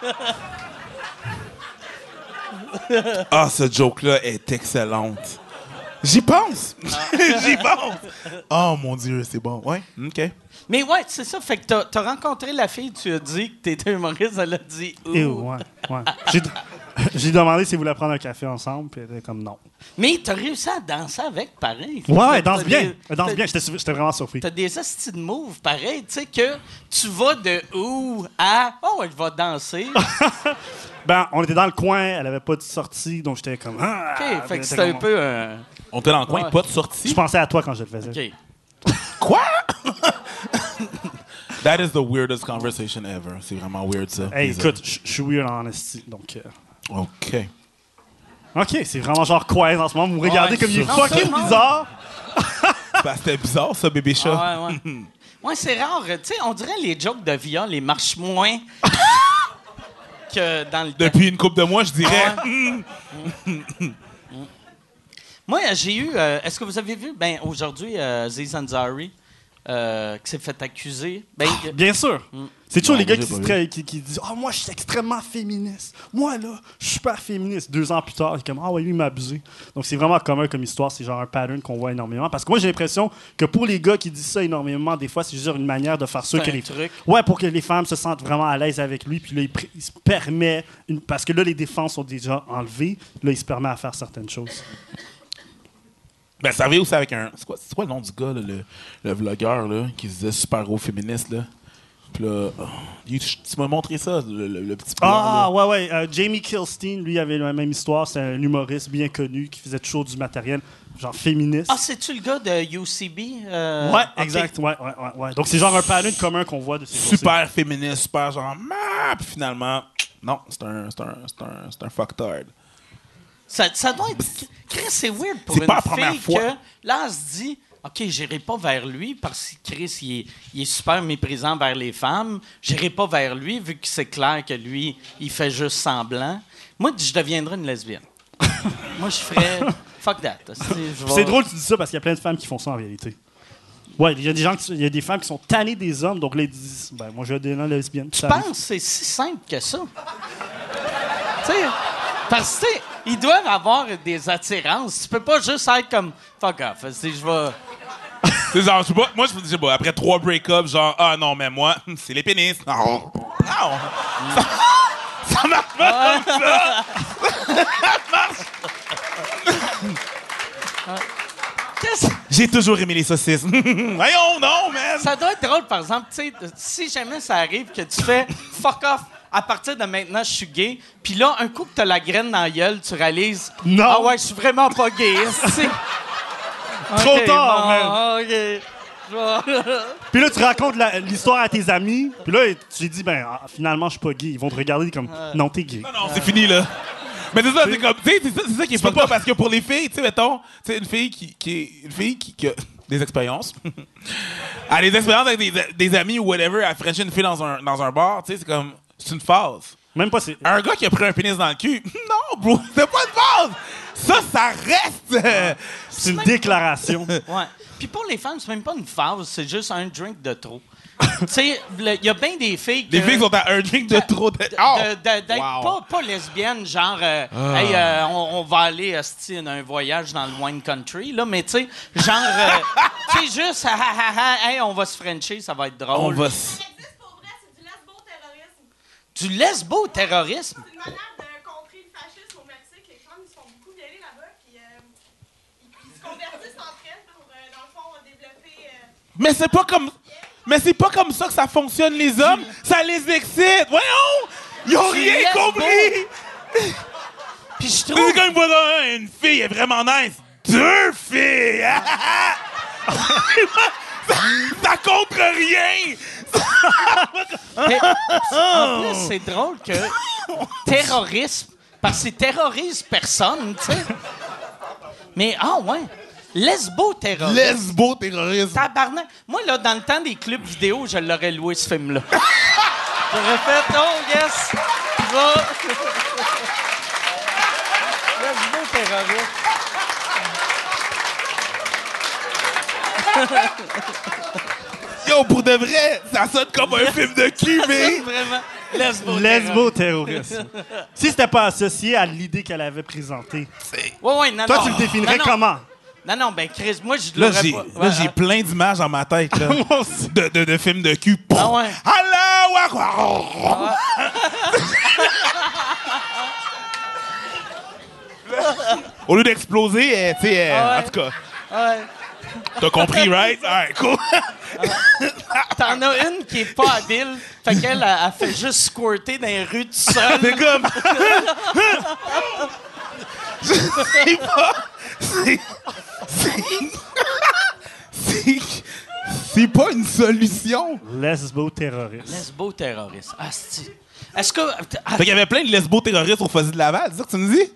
Ah, ce joke-là est excellente. J'y pense! J'y pense! Oh mon Dieu, c'est bon. Ouais, OK. Mais ouais, c'est ça. Fait que t'as rencontré la fille, tu as dit que t'étais humoriste, elle a dit ouh. Et ouais. J'ai demandé si vous voulez prendre un café ensemble, puis elle était comme non. Mais t'as réussi à danser avec, pareil. Ouais, elle danse T'as bien. des- Elle danse bien. J'étais vraiment surpris. T'as des hosties de moves, pareil, tu sais, que tu vas de ouh à oh, elle va danser. Ben, on était dans le coin, elle avait pas de sortie, donc j'étais comme. Ah, OK, fait que j'étais c'était un comme- peu On était dans le coin, Ouais. pas de sortie. Je pensais à toi quand je le faisais. OK. Quoi? That is the weirdest conversation ever. C'est vraiment weird, ça. Hey, Désolé. écoute, je suis weird en honesty, donc. OK. OK, c'est vraiment genre quoi en ce moment. Vous me regardez Ouais, comme il est non, fucking c'est bon. bizarre. Ben, c'était bizarre, ça, bébé chat. Ah, ouais. Ouais, c'est rare. Tu sais, on dirait les jokes de viol, les marchent moins que dans le temps. Depuis une couple de mois, je dirais. Moi, j'ai eu... Est-ce que vous avez vu, aujourd'hui, Aziz Ansari, qui s'est fait accuser? Bien sûr. C'est toujours Non, les gars j'ai qui, pas qui disent « Ah, moi, je suis extrêmement féministe. Moi, là, je suis super féministe. » 2 ans plus tard, il est comme « Ah, ouais, lui, il m'a abusé. » Donc, c'est vraiment commun comme histoire. C'est genre un pattern qu'on voit énormément. Parce que moi, j'ai l'impression que pour les gars qui disent ça énormément, des fois, c'est juste une manière de faire ça C'est que un les... truc. Ouais, pour que les femmes se sentent vraiment à l'aise avec lui. Puis là, il se permet... Parce que là, les défenses sont déjà enlevées. Là, il se permet à faire certaines choses. Ben, ça avait aussi avec un. C'est quoi le nom du gars, là, le vlogueur, là, qui se disait super gros féministe, là? Puis là, tu m'as montré ça, le petit plan, Ah, là. ouais. Jamie Kilstein, lui, avait la même histoire. C'est un humoriste bien connu qui faisait toujours du matériel, genre féministe. Ah, c'est-tu le gars de UCB? Ouais, ok. exact. Ouais. Donc, c'est genre un pattern commun qu'on voit de ces jours-ci. Super féministe, super genre. Puis finalement, non, c'est un fucktard. Ça doit être... Chris, c'est weird pour C'est une pas la première fille fois. que... Là, elle se dit... OK, j'irai pas vers lui parce que Chris, il est super méprisant vers les femmes. J'irai pas vers lui vu que c'est clair que lui, il fait juste semblant. Moi, je deviendrais une lesbienne. Moi, je ferais... Fuck that. C'est drôle que tu dis ça parce qu'il y a plein de femmes qui font ça en vérité. Ouais, il y a des gens il y a des femmes qui sont tannées des hommes, donc là, ils disent ben, moi, je vais devenir lesbienne. Je pense que c'est si simple que ça. Tu sais, parce que, tu sais, ils doivent avoir des attirances. Tu peux pas juste être comme fuck off. Je vais. C'est genre, je sais pas, moi, je sais pas, après 3 break-ups, genre, ah non, mais moi, c'est les pénis. Non. Non. Ça marche pas comme ça. Qu'est-ce- J'ai toujours aimé les saucisses. Voyons, non, man. Ça doit être drôle, par exemple, tu sais, si jamais ça arrive que tu fais fuck off. À partir de maintenant, je suis gay. Puis là, un coup que t'as la graine dans la gueule, tu réalises Non. ah ouais, je suis vraiment pas gay. C'est- Trop Ok, tard, bon, man. OK. Je vais- Puis là, tu racontes l'histoire à tes amis, puis là, tu dis ben, finalement, je suis pas gay. Ils vont te regarder comme non, t'es gay. Non, non, c'est fini, là. Mais c'est ça, c'est comme, tu sais, c'est ça qui est pas parce que pour les filles, tu sais, mettons, tu sais, une fille qui a des expériences, elle a des expériences avec des amis ou whatever, elle frenchait une fille dans un bar, tu sais, c'est comme, c'est une phase. Même pas, c'est. Un gars qui a pris un pénis dans le cul, non, bro, c'est pas une phase! Ça reste! C'est une déclaration. Ouais. Puis pour les femmes, c'est même pas une phase, c'est juste un drink de trop. Tu sais, il y a bien des filles Les filles sont à un drink de trop de... Oh! d'être Wow. pas lesbienne, genre, hey, on va aller asti, un voyage dans le wine country, là, mais tu sais, genre, tu sais, juste, hey, on va se frencher, ça va être drôle. On va... Ça existe pour vrai, c'est du lesbo-terrorisme. Du lesbo-terrorisme? C'est une manière de contrer le fascisme au Mexique. Les femmes, ils se font beaucoup violer là-bas, puis ils se convertis s'entraînent pour, dans le fond, développer... Mais c'est pas comme ça que ça fonctionne, les hommes. Ça les excite. Voyons! Ils ont rien laisses compris. Puis je C'est trouve... comme voilà, une fille est vraiment nice. 2 filles! ça compte rien! Mais, en plus, c'est drôle que terrorisme, parce que c'est terrorise personne, tu sais. Mais, ouais, lesbo-terrorisme. Lesbo-terrorisme. Tabarnak. Moi, là, dans le temps des clubs vidéo, je l'aurais loué, ce film-là. J'aurais fait, oh, yes! Lesbo-terrorisme. Yo, pour de vrai, ça sonne comme un film de cul, mais... Vraiment, lesbo-terrorisme. Lesbo-terrorisme. Si c'était pas associé à l'idée qu'elle avait présentée. Ouais, non, Toi, non. tu le définirais Non, non. comment? Non, ben Chris, moi, je Là, l'aurais j'ai, pas. là, j'ai plein d'images dans ma tête, là. Moi aussi. de films de cul. Ah ouais. Allahu Akbar! Au lieu d'exploser, tu sais, Ah ouais. en tout cas, Ouais. t'as compris, right? Alright, cool. T'en as une qui est pas habile, fait qu'elle elle fait juste squirter dans les rues tout seul. C'est comme... C'est pas... C'est pas une solution. Lesbo-terroriste. Lesbo-terroriste. Asti. Est-ce que... Fait qu'il y avait plein de lesbo-terroristes au Fuzzy de Laval, c'est ça que tu nous dis?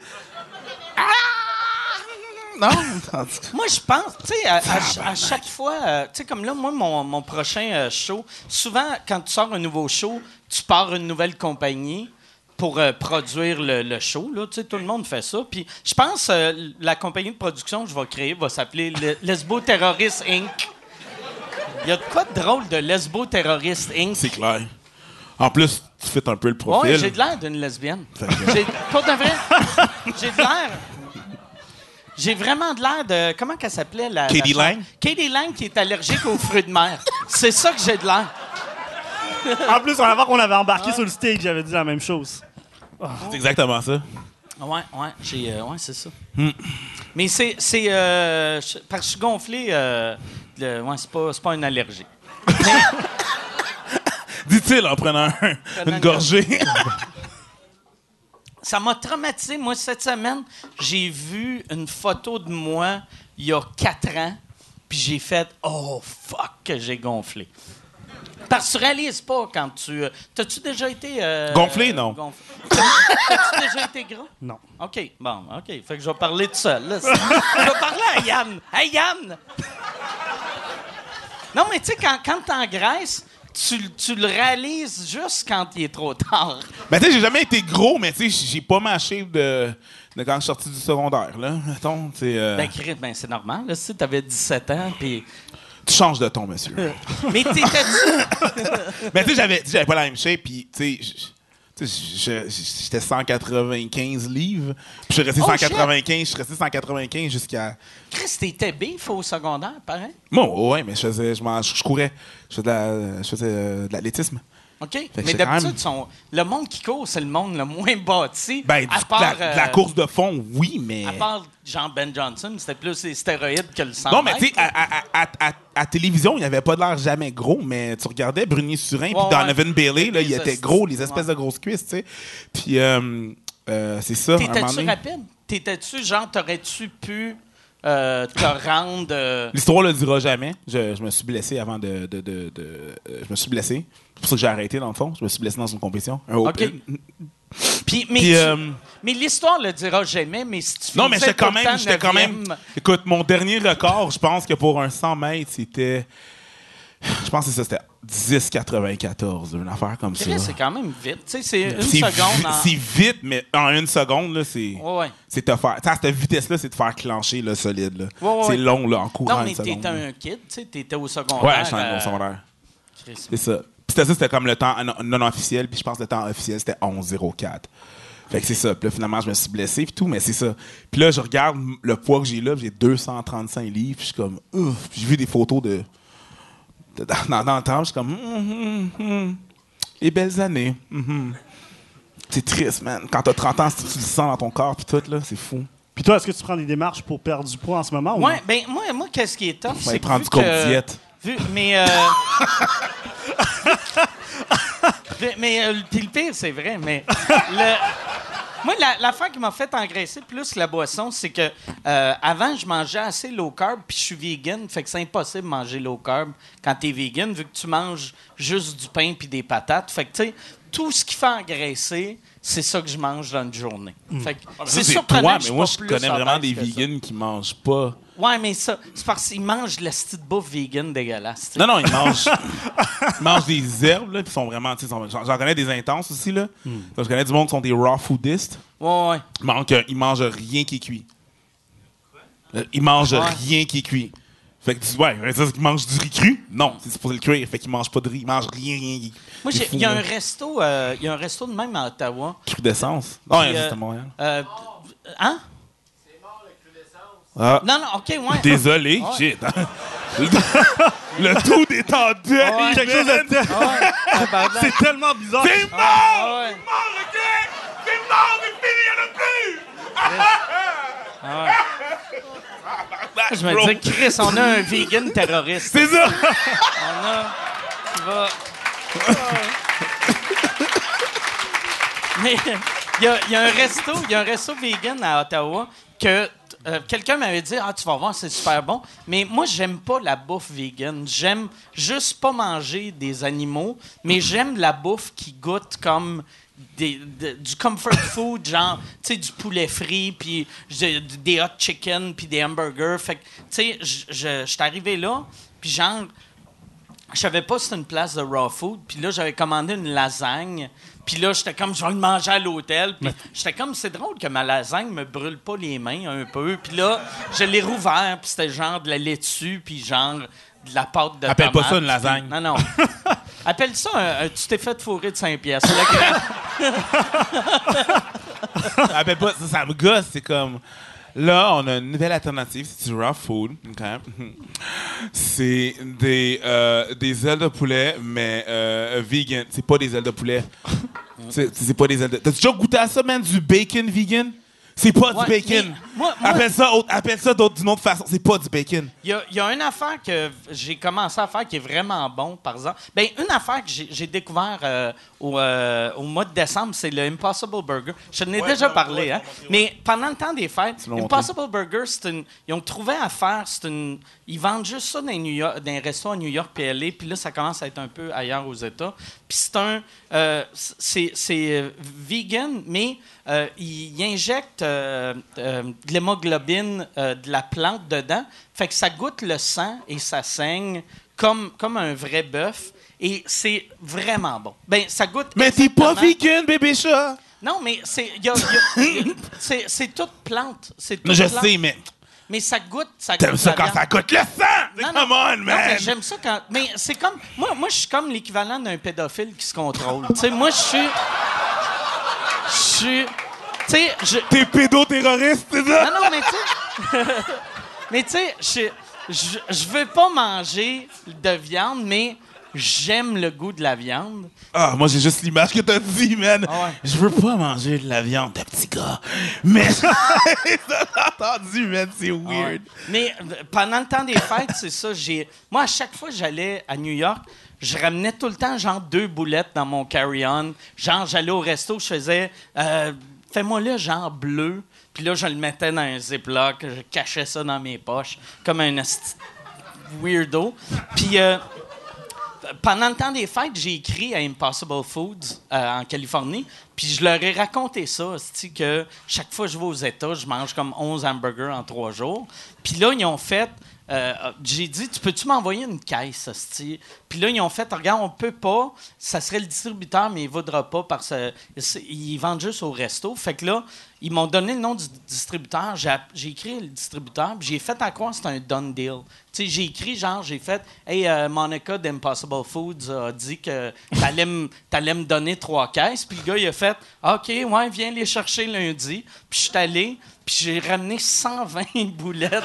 Non? Moi, je pense, tu sais, à chaque fois, tu sais, comme là, moi, mon prochain show, souvent, quand tu sors un nouveau show, tu pars une nouvelle compagnie pour produire le show, là, tu sais, tout le monde fait ça. Puis je pense la compagnie de production que je vais créer va s'appeler Lesbo Terrorist Inc. Il y a de quoi de drôle de Lesbo Terrorist Inc. C'est clair. En plus, tu fais un peu le profil. Ouais, j'ai de l'air d'une lesbienne. Fait que- Pour de vrai, j'ai de l'air... J'ai vraiment de l'air de... Comment qu'elle s'appelait? Katie la Lang? Katie Lang qui est allergique aux fruits de mer. C'est ça que j'ai de l'air. En plus, avant qu'on avait embarqué sur le stage, j'avais dit la même chose. C'est exactement ça. Ouais, c'est ça. Mais c'est parce que je suis gonflé. Ouais, c'est pas une allergie. Dit-il en prenant une gorgée. Ça m'a traumatisé. Moi, cette semaine, j'ai vu une photo de moi il y a 4 ans, puis j'ai fait « Oh, fuck, que j'ai gonflé. » Parce que tu réalises pas quand tu... T'as-tu déjà été... Gonflé, non. T'as-tu déjà été gras? Non. OK, bon, OK. Fait que je vais parler tout seul. Là. Je vais parler à Yann. Hey, Yann! Non, mais tu sais, quand t'engraisses, tu le réalises juste quand il est trop tard. Ben, tu sais, j'ai jamais été gros, mais tu sais, j'ai pas ma shape de quand je suis sorti du secondaire, là. Mettons, tu sais. Ben, Chris, c'est normal. Là, si t'avais 17 ans, puis... Tu changes de ton, monsieur. Mais t'étais-tu... Mais tu sais, j'avais pas la même shape, puis tu sais, j'étais 195 livres, puis je suis resté Oh, 195, je suis resté 195 jusqu'à... Chris, t'étais bif au secondaire, pareil? Moi, ouais, mais je courais. Je faisais de l'athlétisme. OK. que Mais c'est quand d'habitude, le monde qui court, c'est le monde le moins bâti. Ben, à part, de la course de fond, oui, mais... À part Jean Ben Johnson, c'était plus les stéroïdes que le 100 Non, mais tu sais, mètres. à télévision, il n'avait pas l'air jamais gros, mais tu regardais Brunier-Surin puis Ouais, Donovan Bailey, là, Les il était hosties. gros, les espèces Ouais. de grosses cuisses, tu sais. Puis, c'est ça, à un moment T'étais-tu donné. rapide? T'étais-tu, genre, t'aurais-tu pu te rendre... L'histoire le dira jamais. Je me suis blessé avant je me suis blessé. C'est pour ça que j'ai arrêté, dans le fond. Je me suis blessé dans une compétition. Un OK. open. Puis, Puis, mais l'histoire le dira jamais, mais si tu non, mais finissais j'étais tout le temps quand même... neuvième- Écoute, mon dernier record, je pense que pour un 100 mètres, c'était... Je pense que ça, c'était 10,94, une affaire comme ça. Chris, c'est quand même vite. Tu sais, c'est une C'est seconde en... C'est vite, mais en une seconde, là, c'est... Ouais. C'est te faire... Tu sais, à cette vitesse-là, c'est te faire clencher, là, solide, là. Ouais. C'est long, là, en courant Non, mais une seconde. t'étais un kid, tu sais, t'étais au secondaire. Ouais, j'étais au secondaire. Chris. C'est ça. Puis c'était comme le temps non officiel, puis je pense que le temps officiel, c'était 11,04. Fait que c'est ça. Puis là, finalement, je me suis blessé, puis tout, mais c'est ça. Puis là, je regarde le poids que j'ai là, puis j'ai 235 livres, puis je suis comme... Ouf! Puis j'ai vu des photos dans le temps, je suis comme... Les belles années. C'est triste, man. Quand t'as 30 ans, si tu le sens dans ton corps, puis tout, là, c'est fou. Puis toi, est-ce que tu prends des démarches pour perdre du poids en ce moment? Ou Ouais, non? ben moi, qu'est-ce qui est tough, Ouais, c'est que prendre vu du compte que- diète. Mais puis le pire, c'est vrai, mais moi, l'affaire qui m'a fait engraisser plus que la boisson, c'est que avant, je mangeais assez low carb, puis je suis vegan, fait que c'est impossible de manger low carb quand t'es vegan, vu que tu manges juste du pain puis des patates. Fait que, tu sais, tout ce qui fait engraisser, c'est ça que je mange dans une journée. Fait que C'est surprenant toi, que je mais moi, sois je plus connais vraiment obèse des que ça. vegans qui mangent pas. Ouais, mais ça, c'est parce qu'ils mangent de la petite bouffe vegan dégueulasse. tu sais. Non, non, ils mangent des herbes, là, puis sont vraiment, tu sais, j'en connais des intenses aussi, là. Je connais du monde qui sont des raw foodistes. Ouais. Ils mangent rien qui est cuit. Ils mangent Ouais. rien qui est cuit. Fait que, ça, c'est qu'ils mangent du riz cru? Non, c'est supposé le cuire. Fait qu'ils mangent pas de riz. Ils mangent rien qui est cuit. Moi, C'est fou, il y a là. un resto de même à Ottawa. Cru d'essence? Non, Puis, c'est à Montréal. Hein? Ah, Non, OK, ouais. désolé, Ouais. shit. Le tout est en deuil. Ouais. Quelque chose de c'est tellement bizarre. C'est mort! Ah ouais. Mort, OK? C'est mort, mais fini, il n'y en a plus! Je me disais, Chris, on a un vegan terroriste. C'est ça! On a... qui va... Mais il y a un resto vegan à Ottawa que quelqu'un m'avait dit « Ah, tu vas voir, c'est super bon. » Mais moi, j'aime pas la bouffe vegan. J'aime juste pas manger des animaux, mais j'aime la bouffe qui goûte comme du comfort food, genre, tu sais, du poulet frit, puis des hot chicken, puis des hamburgers. Fait que, tu sais, je suis arrivé là, puis genre, je savais pas si c'était une place de raw food, puis là, j'avais commandé une lasagne, puis là, j'étais comme, je vais le manger à l'hôtel, puis j'étais comme, c'est drôle que ma lasagne me brûle pas les mains un peu, puis là, je l'ai rouvert, puis c'était genre de la laitue, puis genre de la pâte de Appelle tomate. pas ça une lasagne. Non, non. Appelle ça tu t'es fait fourrer de 5 pièces. Appelle pas, ça me gosse, c'est comme... Là, on a une nouvelle alternative, c'est du raw food. OK? C'est des ailes de poulet, mais vegan. C'est pas des ailes de poulet. C'est pas des ailes de... T'as déjà goûté à ça, man, du bacon vegan? C'est pas Ouais, du bacon. mais moi- Appelle ça d'une autre façon. C'est pas du bacon. Il y a une affaire que j'ai commencé à faire qui est vraiment bon, par exemple. Ben, une affaire que j'ai découvert au mois de décembre, c'est le Impossible Burger. Je t'en ai déjà parlé, hein? Mais pendant le temps des fêtes, Impossible Burger, ils ont trouvé à faire, ils vendent juste ça dans un resto à New York puis LA, puis là, ça commence à être un peu ailleurs aux États. Puis c'est vegan, mais ils injectent de l'hémoglobine de la plante dedans. Fait que ça goûte le sang et ça saigne comme un vrai bœuf. Et c'est vraiment bon. Ben, ça goûte. Mais t'es pas exactement- vegan, bébé chat! Non, mais c'est c'est toute plante. C'est toute Non, je plante. sais, mais Mais ça goûte. t'aimes goûte ça la quand viande. ça goûte le sang! Non, Come non. on, Non, man! mais j'aime ça quand. Mais c'est comme. Moi, je suis comme l'équivalent d'un pédophile qui se contrôle. Tu sais, moi, je suis. Tu sais, T'es pédoterroriste, c'est ça? non, non, mais tu sais. Mais tu sais, je veux pas manger de viande, mais j'aime le goût de la viande. Ah, moi, j'ai juste l'image que t'as dit, man. Ah ouais. Je veux pas manger de la viande de petit gars. Mais ça, t'as entendu, man, c'est weird. Mais pendant le temps des fêtes, c'est ça. Moi, à chaque fois que j'allais à New York, je ramenais tout le temps, genre, 2 boulettes dans mon carry-on. Genre, j'allais au resto, je faisais... fais-moi le genre bleu. Puis là, je le mettais dans un Ziploc. Je cachais ça dans mes poches, comme un weirdo. Puis... pendant le temps des fêtes, j'ai écrit à Impossible Foods en Californie, puis je leur ai raconté ça, c'est-à-dire que chaque fois que je vais aux États, je mange comme 11 hamburgers en 3 jours. Puis là, ils ont fait... j'ai dit, tu peux-tu m'envoyer une caisse, hostie? Puis là, ils ont fait, regarde, on peut pas, ça serait le distributeur, mais il ne voudra pas parce qu'ils vendent juste au resto. Fait que là, ils m'ont donné le nom du distributeur, j'ai écrit le distributeur, puis j'ai fait à croire que c'était un done deal. Tu sais, j'ai écrit, genre, j'ai fait, hey, Monica d'Impossible Foods a dit que t'allais me donner 3 caisses, puis le gars, il a fait, OK, ouais, viens les chercher lundi. Puis je suis allé, puis j'ai ramené 120 boulettes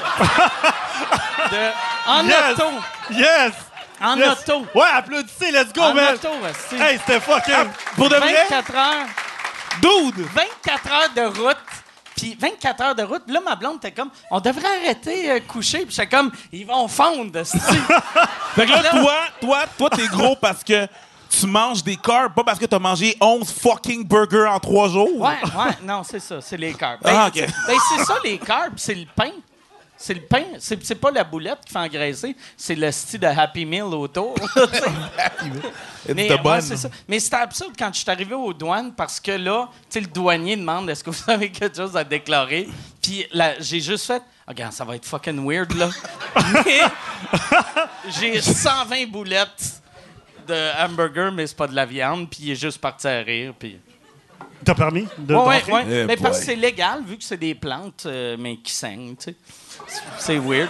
en Yes! auto. Yes! En Yes! auto. Ouais, applaudissez, let's go, En man! auto, esti. Hey, c'était fucking... Pour de vrai? 24 heures. Dude! 24 heures de route Puis 24 heures de route. Là, ma blonde était comme, on devrait arrêter coucher. Puis j'étais comme, ils vont fondre, esti. Fait que là, toi, t'es gros parce que tu manges des carbs, pas parce que t'as mangé 11 fucking burgers en 3 jours. Ouais, non, c'est ça, c'est les carbs. Ah, OK. C'est ça, les carbs, c'est le pain. C'est le pain. C'est pas la boulette qui fait engraisser, c'est le style de Happy Meal autour. Mais, ouais, c'est ça. Mais c'était absurde quand je suis arrivé aux douanes parce que là, tu sais, le douanier demande est-ce que vous avez quelque chose à déclarer. Puis là, j'ai juste fait regarde, ça va être fucking weird, là. Mais j'ai 120 boulettes de hamburger, mais c'est pas de la viande. Puis il est juste parti à rire. Puis. T'as permis de Ouais. Eh Mais parce boy. que c'est légal, vu que c'est des plantes, mais qui saignent, tu sais. C'est weird.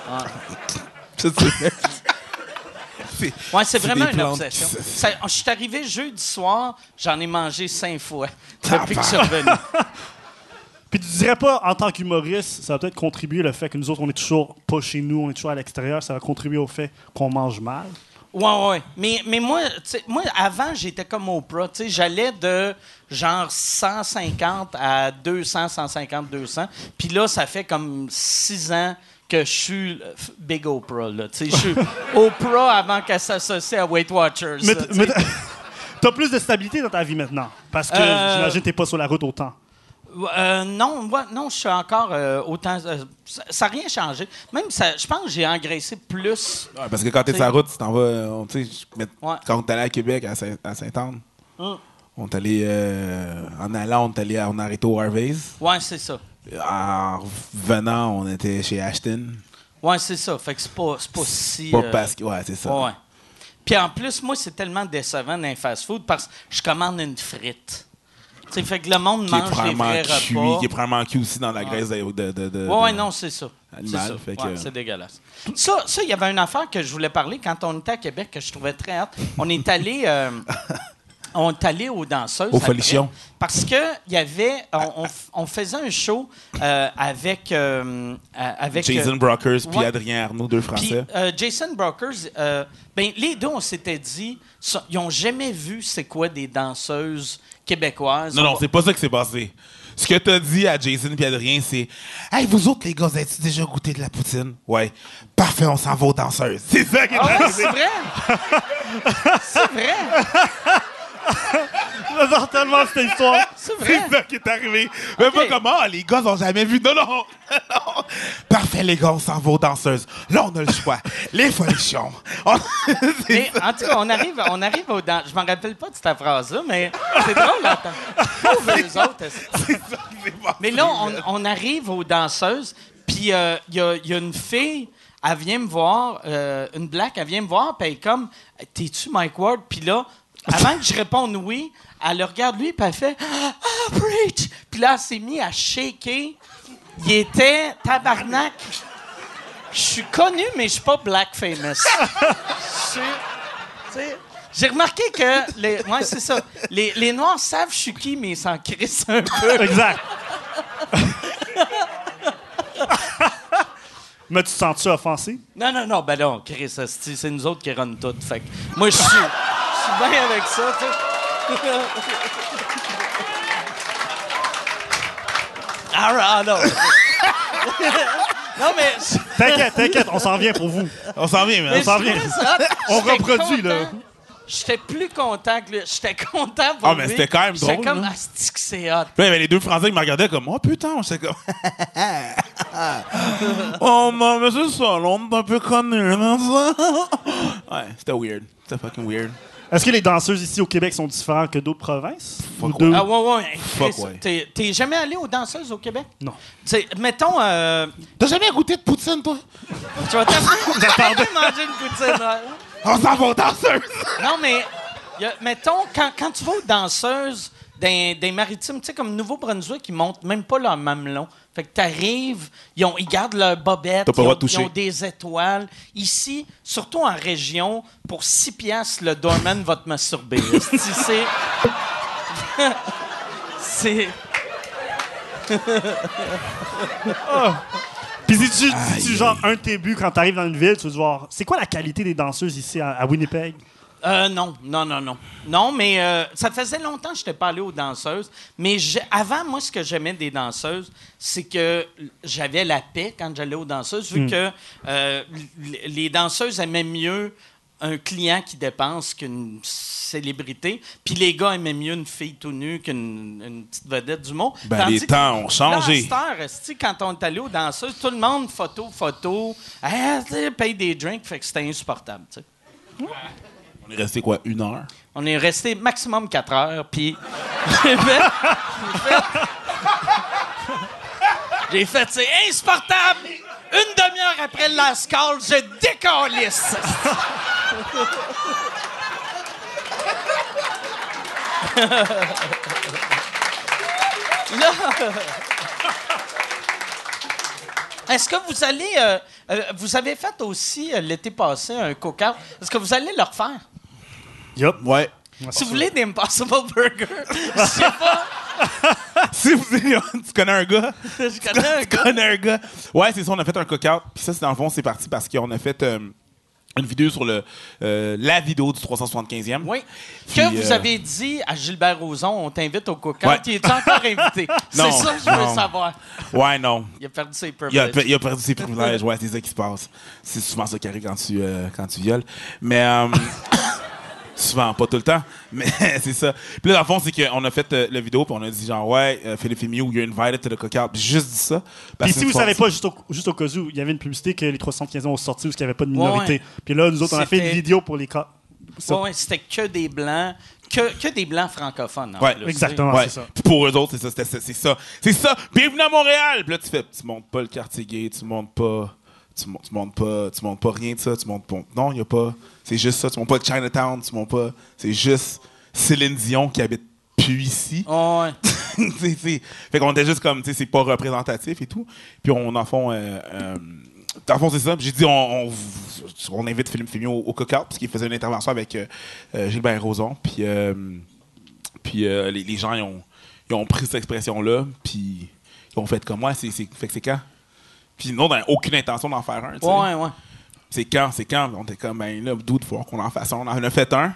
Ouais, c'est vraiment des une plantes obsession. qui Je suis arrivé jeudi soir, j'en ai mangé 5 fois depuis que je suis revenu. Puis tu dirais pas, en tant qu'humoriste, ça va peut-être contribuer le fait que nous autres, on est toujours pas chez nous, on est toujours à l'extérieur, ça va contribuer au fait qu'on mange mal. Ouais. Mais moi, avant, j'étais comme Oprah. Tu sais, j'allais de genre 150 à 200, 150, 200. Puis là, ça fait comme 6 ans que je suis Big Oprah. Là. Tu sais, je suis Oprah avant qu'elle s'associe à Weight Watchers. Mais là, tu sais. t'as plus de stabilité dans ta vie maintenant. Parce que j'imagine que t'es pas sur la route autant. Non, je suis encore autant. Ça n'a rien changé. Même, je pense que j'ai engraissé plus. Ouais, parce que quand t'es sur la route, tu t'en vas. Tu sais, Ouais. quand on est allé à Québec, à Sainte-Anne, on est allé. En allant, on est allé on a arrêté au Harvey's. Ouais, c'est ça. En revenant, on était chez Ashton. Ouais, c'est ça. Fait que c'est pas si. Pas parce que. Ouais, c'est ça. Ouais. Puis en plus, moi, c'est tellement décevant dans les fast-food parce que je commande une frite. T'sais, fait que le monde Qui est mange des probablement vrais cuit, repas. qui est probablement cuit aussi dans la graisse de Ouais, non, c'est ça. animal, C'est ça. fait que- Ouais, c'est dégueulasse. Ça, il y avait une affaire que je voulais parler quand on était à Québec que je trouvais très hâte. On est allé... on est allé aux danseuses. Au après, Folichon. Parce que il y avait... On faisait un show avec Jason Brockers puis ouais. Adrien Arnaud, 2 Puis Français. Jason Brokers, les deux, on s'était dit, ils n'ont jamais vu c'est quoi des danseuses québécoises. Non, c'est pas ça qui s'est passé. Ce que t'as dit à Jason et Adrien, c'est « Hey, vous autres, les gars, vous avez-tu déjà goûté de la poutine? » Ouais. « Parfait, on s'en va aux danseuses. » C'est ça qui est Ah ouais, arrivé. c'est vrai? C'est vrai? J'adore tellement cette histoire. C'est vrai? C'est ça qui est arrivé. Mais pas comment, les gars ont jamais vu. Non. Parfait, les gars, on s'en va aux danseuses. Là, on a le choix. Les folichons. Mais, en tout cas, on arrive aux danseuses. Je m'en rappelle pas de cette phrase-là, mais c'est drôle, attends. Pauvres eux autres. C'est ça qui s'est passé. Mais là, on arrive aux danseuses, puis il y a une fille, elle vient me voir, une black, elle vient me voir, puis elle est comme, t'es-tu Mike Ward? Puis là, avant que je réponde oui, elle le regarde lui, puis elle fait, ah, preach! Puis là, elle s'est mise à shaker. Il était tabarnak. Je suis connu, mais je suis pas black famous. Tu sais, j'ai remarqué que, ouais, c'est ça. Les Noirs savent je suis qui, mais ils s'en crissent un peu. Exact. Mais tu te sens-tu offensé? Non, ben non, Chris, c'est nous autres qui runnent tout. Fait que moi, je suis bien avec ça, tu sais. Ah non. Non, mais... T'inquiète, on s'en vient pour vous. On s'en vient, mais On s'en vient. On reproduit, là. J'étais plus content que lui. J'étais content pour Ah, lui. mais c'était quand même J'étais drôle, comme, là. asti que c'est hot. Puis là, il y avait les 2 Français qui me regardaient comme « Oh putain! » J'étais comme « Oh non, mais c'est ça, là, on est un peu connus, là, ça. » Ouais, c'était weird. C'était fucking weird. Est-ce que les danseuses ici au Québec sont différentes que d'autres provinces? Fuck Ou de- Ah ouais. Fuck Chris, ouais. T'es jamais allé aux danseuses au Québec? Non. T'sais, mettons... T'as jamais goûté de poutine, toi? tu vas t'attendre manger une poutine. Ouais. On s'en va aux danseuses! Non, mais mettons, quand tu vas aux danseuses des maritimes, tu sais, comme Nouveau-Brunswick, ils montent même pas leur mamelon. Fait que t'arrives, ils gardent leur bobette, T'as pas le droit de ils toucher. ont des étoiles. Ici, surtout en région, pour 6 piastres, le doorman va te masturber. C'est... Puis si tu genre un de tes buts quand t'arrives dans une ville, tu veux voir, c'est quoi la qualité des danseuses ici à Winnipeg? Non. Non, mais ça faisait longtemps que je n'étais pas allé aux danseuses. Mais avant, moi, ce que j'aimais des danseuses, c'est que j'avais la paix quand j'allais aux danseuses, vu que les danseuses aimaient mieux un client qui dépense qu'une célébrité. Puis les gars aimaient mieux une fille tout nue qu'une petite vedette du mot. Ben, les temps ont changé. Là, à cette heure, quand on est allé aux danseuses, tout le monde, photo, paye des drinks, fait que c'était insupportable. T'sais. On est resté quoi, 1 heure? On est resté maximum 4 heures, puis j'ai fait, c'est insupportable! Une demi-heure après le last call, je décalisse! Là... Est-ce que vous allez... vous avez fait aussi, l'été passé, un cook-out. Est-ce que vous allez le refaire? Yup. Ouais. Si vous voulez des Impossible Burger, je sais pas. Si vous tu connais un gars? Je connais un gars. connais un gars? Ouais, c'est ça, on a fait un cook-out. Puis ça, c'est dans le fond, c'est parti parce qu'on a fait une vidéo sur la vidéo du 375e. Oui. Puis, Que vous avez dit à Gilbert Rozon, on t'invite au cook-out. Ouais. Il est encore invité? Non, C'est ça que je veux non. savoir. Ouais, non. Il a perdu ses Il privilèges. a perdu ses privilèges, ouais, c'est ça qui se passe. C'est souvent ça qui arrive quand tu violes. Mais souvent, pas tout le temps, mais c'est ça. Puis là, dans le fond, c'est qu'on a fait la vidéo, puis on a dit genre, ouais, Philippe Fémieux, you're invited to the cookout. Puis j'ai juste dit ça. Puis si vous savez pas, juste au cas où, il y avait une publicité que les 315 ans ont sorti où il n'y avait pas de minorité. Ouais. Puis là, nous autres, on a fait C'était- une vidéo pour les cas. Ouais, c'était que des blancs, que des blancs francophones. En Ouais, plus, exactement. Ouais. c'est ça. Puis pour eux autres, c'est ça. C'est ça. Bienvenue à Montréal. Puis là, tu montes pas le quartier gay, tu montes pas rien de ça, tu montes pas. Non, il y a pas. C'est juste ça. Tu montes pas le Chinatown, tu montes pas. C'est juste Céline Dion qui habite plus ici. Oh, ouais. Fait qu'on était juste comme, tu sais, c'est pas représentatif et tout. Puis on, dans le fond, c'est ça. Puis j'ai dit, on invite Philippe Fémieux au cook-out, parce qu'il faisait une intervention avec Gilbert Rozon. Puis les gens, ils ont pris cette expression-là, puis ils ont fait comme moi. Fait que c'est quand? Puis nous, on n'a aucune intention d'en faire un. Tu sais. Ouais. C'est quand? On était comme, ben là, d'où il faut qu'on en fasse un. On en a fait un.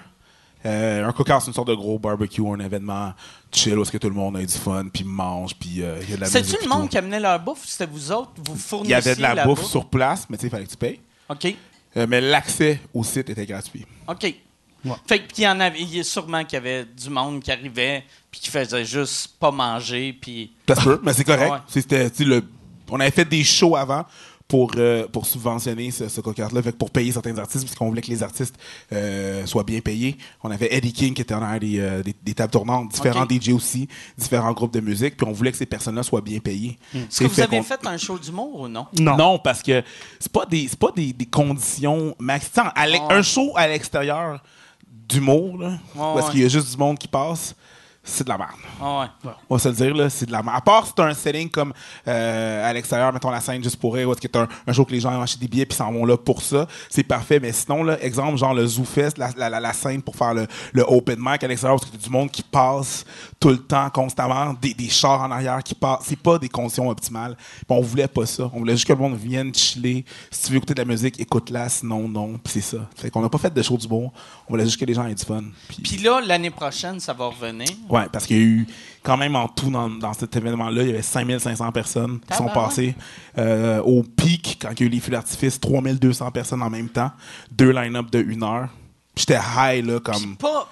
Un cookout, c'est une sorte de gros barbecue, un événement chill où est-ce que tout le monde a du fun, puis mange, puis il y a de la musique. C'était-tu le monde qui amenait leur bouffe ou c'était vous autres? Vous Il fournissiez y avait de la bouffe sur place, mais tu sais, il fallait que tu payes. OK. Mais l'accès au site était gratuit. OK. Ouais. Fait qu'il y en avait, il y a sûrement qu'il y avait du monde qui arrivait puis qui faisait juste pas manger puis... Ça se peut, mais c'est correct. Ouais. C'était, tu sais, on avait fait des shows avant pour subventionner ce cockart-là, fait que pour payer certains artistes, parce qu'on voulait que les artistes soient bien payés. On avait Eddie King qui était en arrière des tables tournantes, différents OK. DJ aussi, différents groupes de musique, puis on voulait que ces personnes-là soient bien payées. Est-ce que vous avez fait un show d'humour ou non? Non. Parce que c'est pas des conditions max. Tu sais, un show à l'extérieur d'humour, là, parce qu'il y a juste du monde qui passe, c'est de la merde. Ah ouais. On va se le dire, là, c'est de la merde. À part si t'as un setting comme à l'extérieur, mettons la scène juste pour rire, ou est-ce que t'as un jour que les gens ont acheté des billets puis s'en vont là pour ça, c'est parfait. Mais sinon, là, exemple, genre le Zoo Fest, la scène pour faire le open mic à l'extérieur, parce que t'as du monde qui passe tout le temps, constamment, des chars en arrière qui passent. C'est pas des conditions optimales. Puis on voulait pas ça. On voulait juste que le monde vienne chiller. Si tu veux écouter de la musique, écoute-la. Sinon, non. Puis c'est ça. Fait qu'on n'a pas fait de show du bon. On voulait juste que les gens aient du fun. Puis là, l'année prochaine, ça va revenir. Ouais, parce qu'il y a eu quand même en tout dans cet événement-là, il y avait 5500 personnes qui sont passées. Au pic, quand il y a eu les feux d'artifice, 3200 personnes en même temps. 2 line-up de 1 heure. J'étais high, là, comme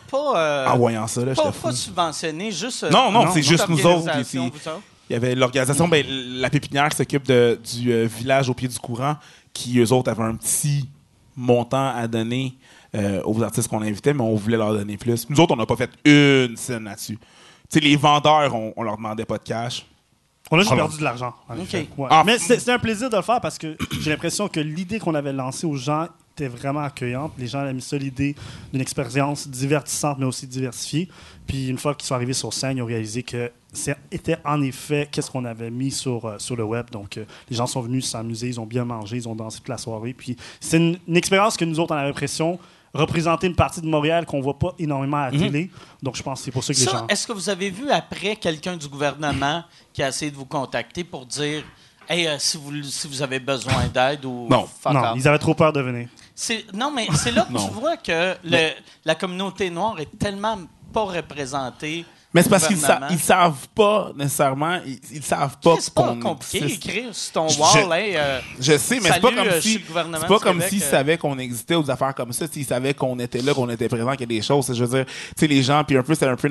en voyant ça. Là, pas, j'étais fou. pas subventionné, juste... Non, c'est juste nous autres. organisation, vous autres. Il y avait l'organisation, la pépinière qui s'occupe du village au pied du courant, qui, eux autres, avaient un petit montant à donner aux artistes qu'on invitait, mais on voulait leur donner plus. Nous autres, on n'a pas fait une scène là-dessus. Tu sais, les vendeurs, on leur demandait pas de cash. On a juste perdu de l'argent. en OK. effet. Ouais. Ah. Mais c'était un plaisir de le faire parce que j'ai l'impression que l'idée qu'on avait lancée aux gens était vraiment accueillante. Les gens avaient mis ça l'idée d'une expérience divertissante, mais aussi diversifiée. Puis une fois qu'ils sont arrivés sur scène, ils ont réalisé que c'était en effet qu'est-ce qu'on avait mis sur le web. Donc, les gens sont venus s'amuser, ils ont bien mangé, ils ont dansé toute la soirée. Puis c'est une expérience que nous autres, on avait l'impression représenter une partie de Montréal qu'on voit pas énormément à la télé. Donc, je pense que c'est pour ça que les Ça, gens... est-ce que vous avez vu après quelqu'un du gouvernement qui a essayé de vous contacter pour dire « Hey, si vous avez besoin d'aide ou... Non. fuck Non, off. ils avaient trop peur de venir. Non, mais c'est là que Non. tu vois que la communauté noire est tellement pas représentée. Mais c'est parce qu'ils gouvernement. savent pas nécessairement. Ils savent pas C'est pas qu'on compliqué existe. écrire sur ton Je- wall. Hey, Je sais, mais c'est pas Salut, comme je si suis le gouvernement c'est pas du comme Québec, s'ils savaient qu'on existait ou des affaires comme ça. S'ils savaient qu'on était là, qu'on était présent, qu'il y a des choses. Je veux dire, tu sais, les gens, puis un peu, c'est un peu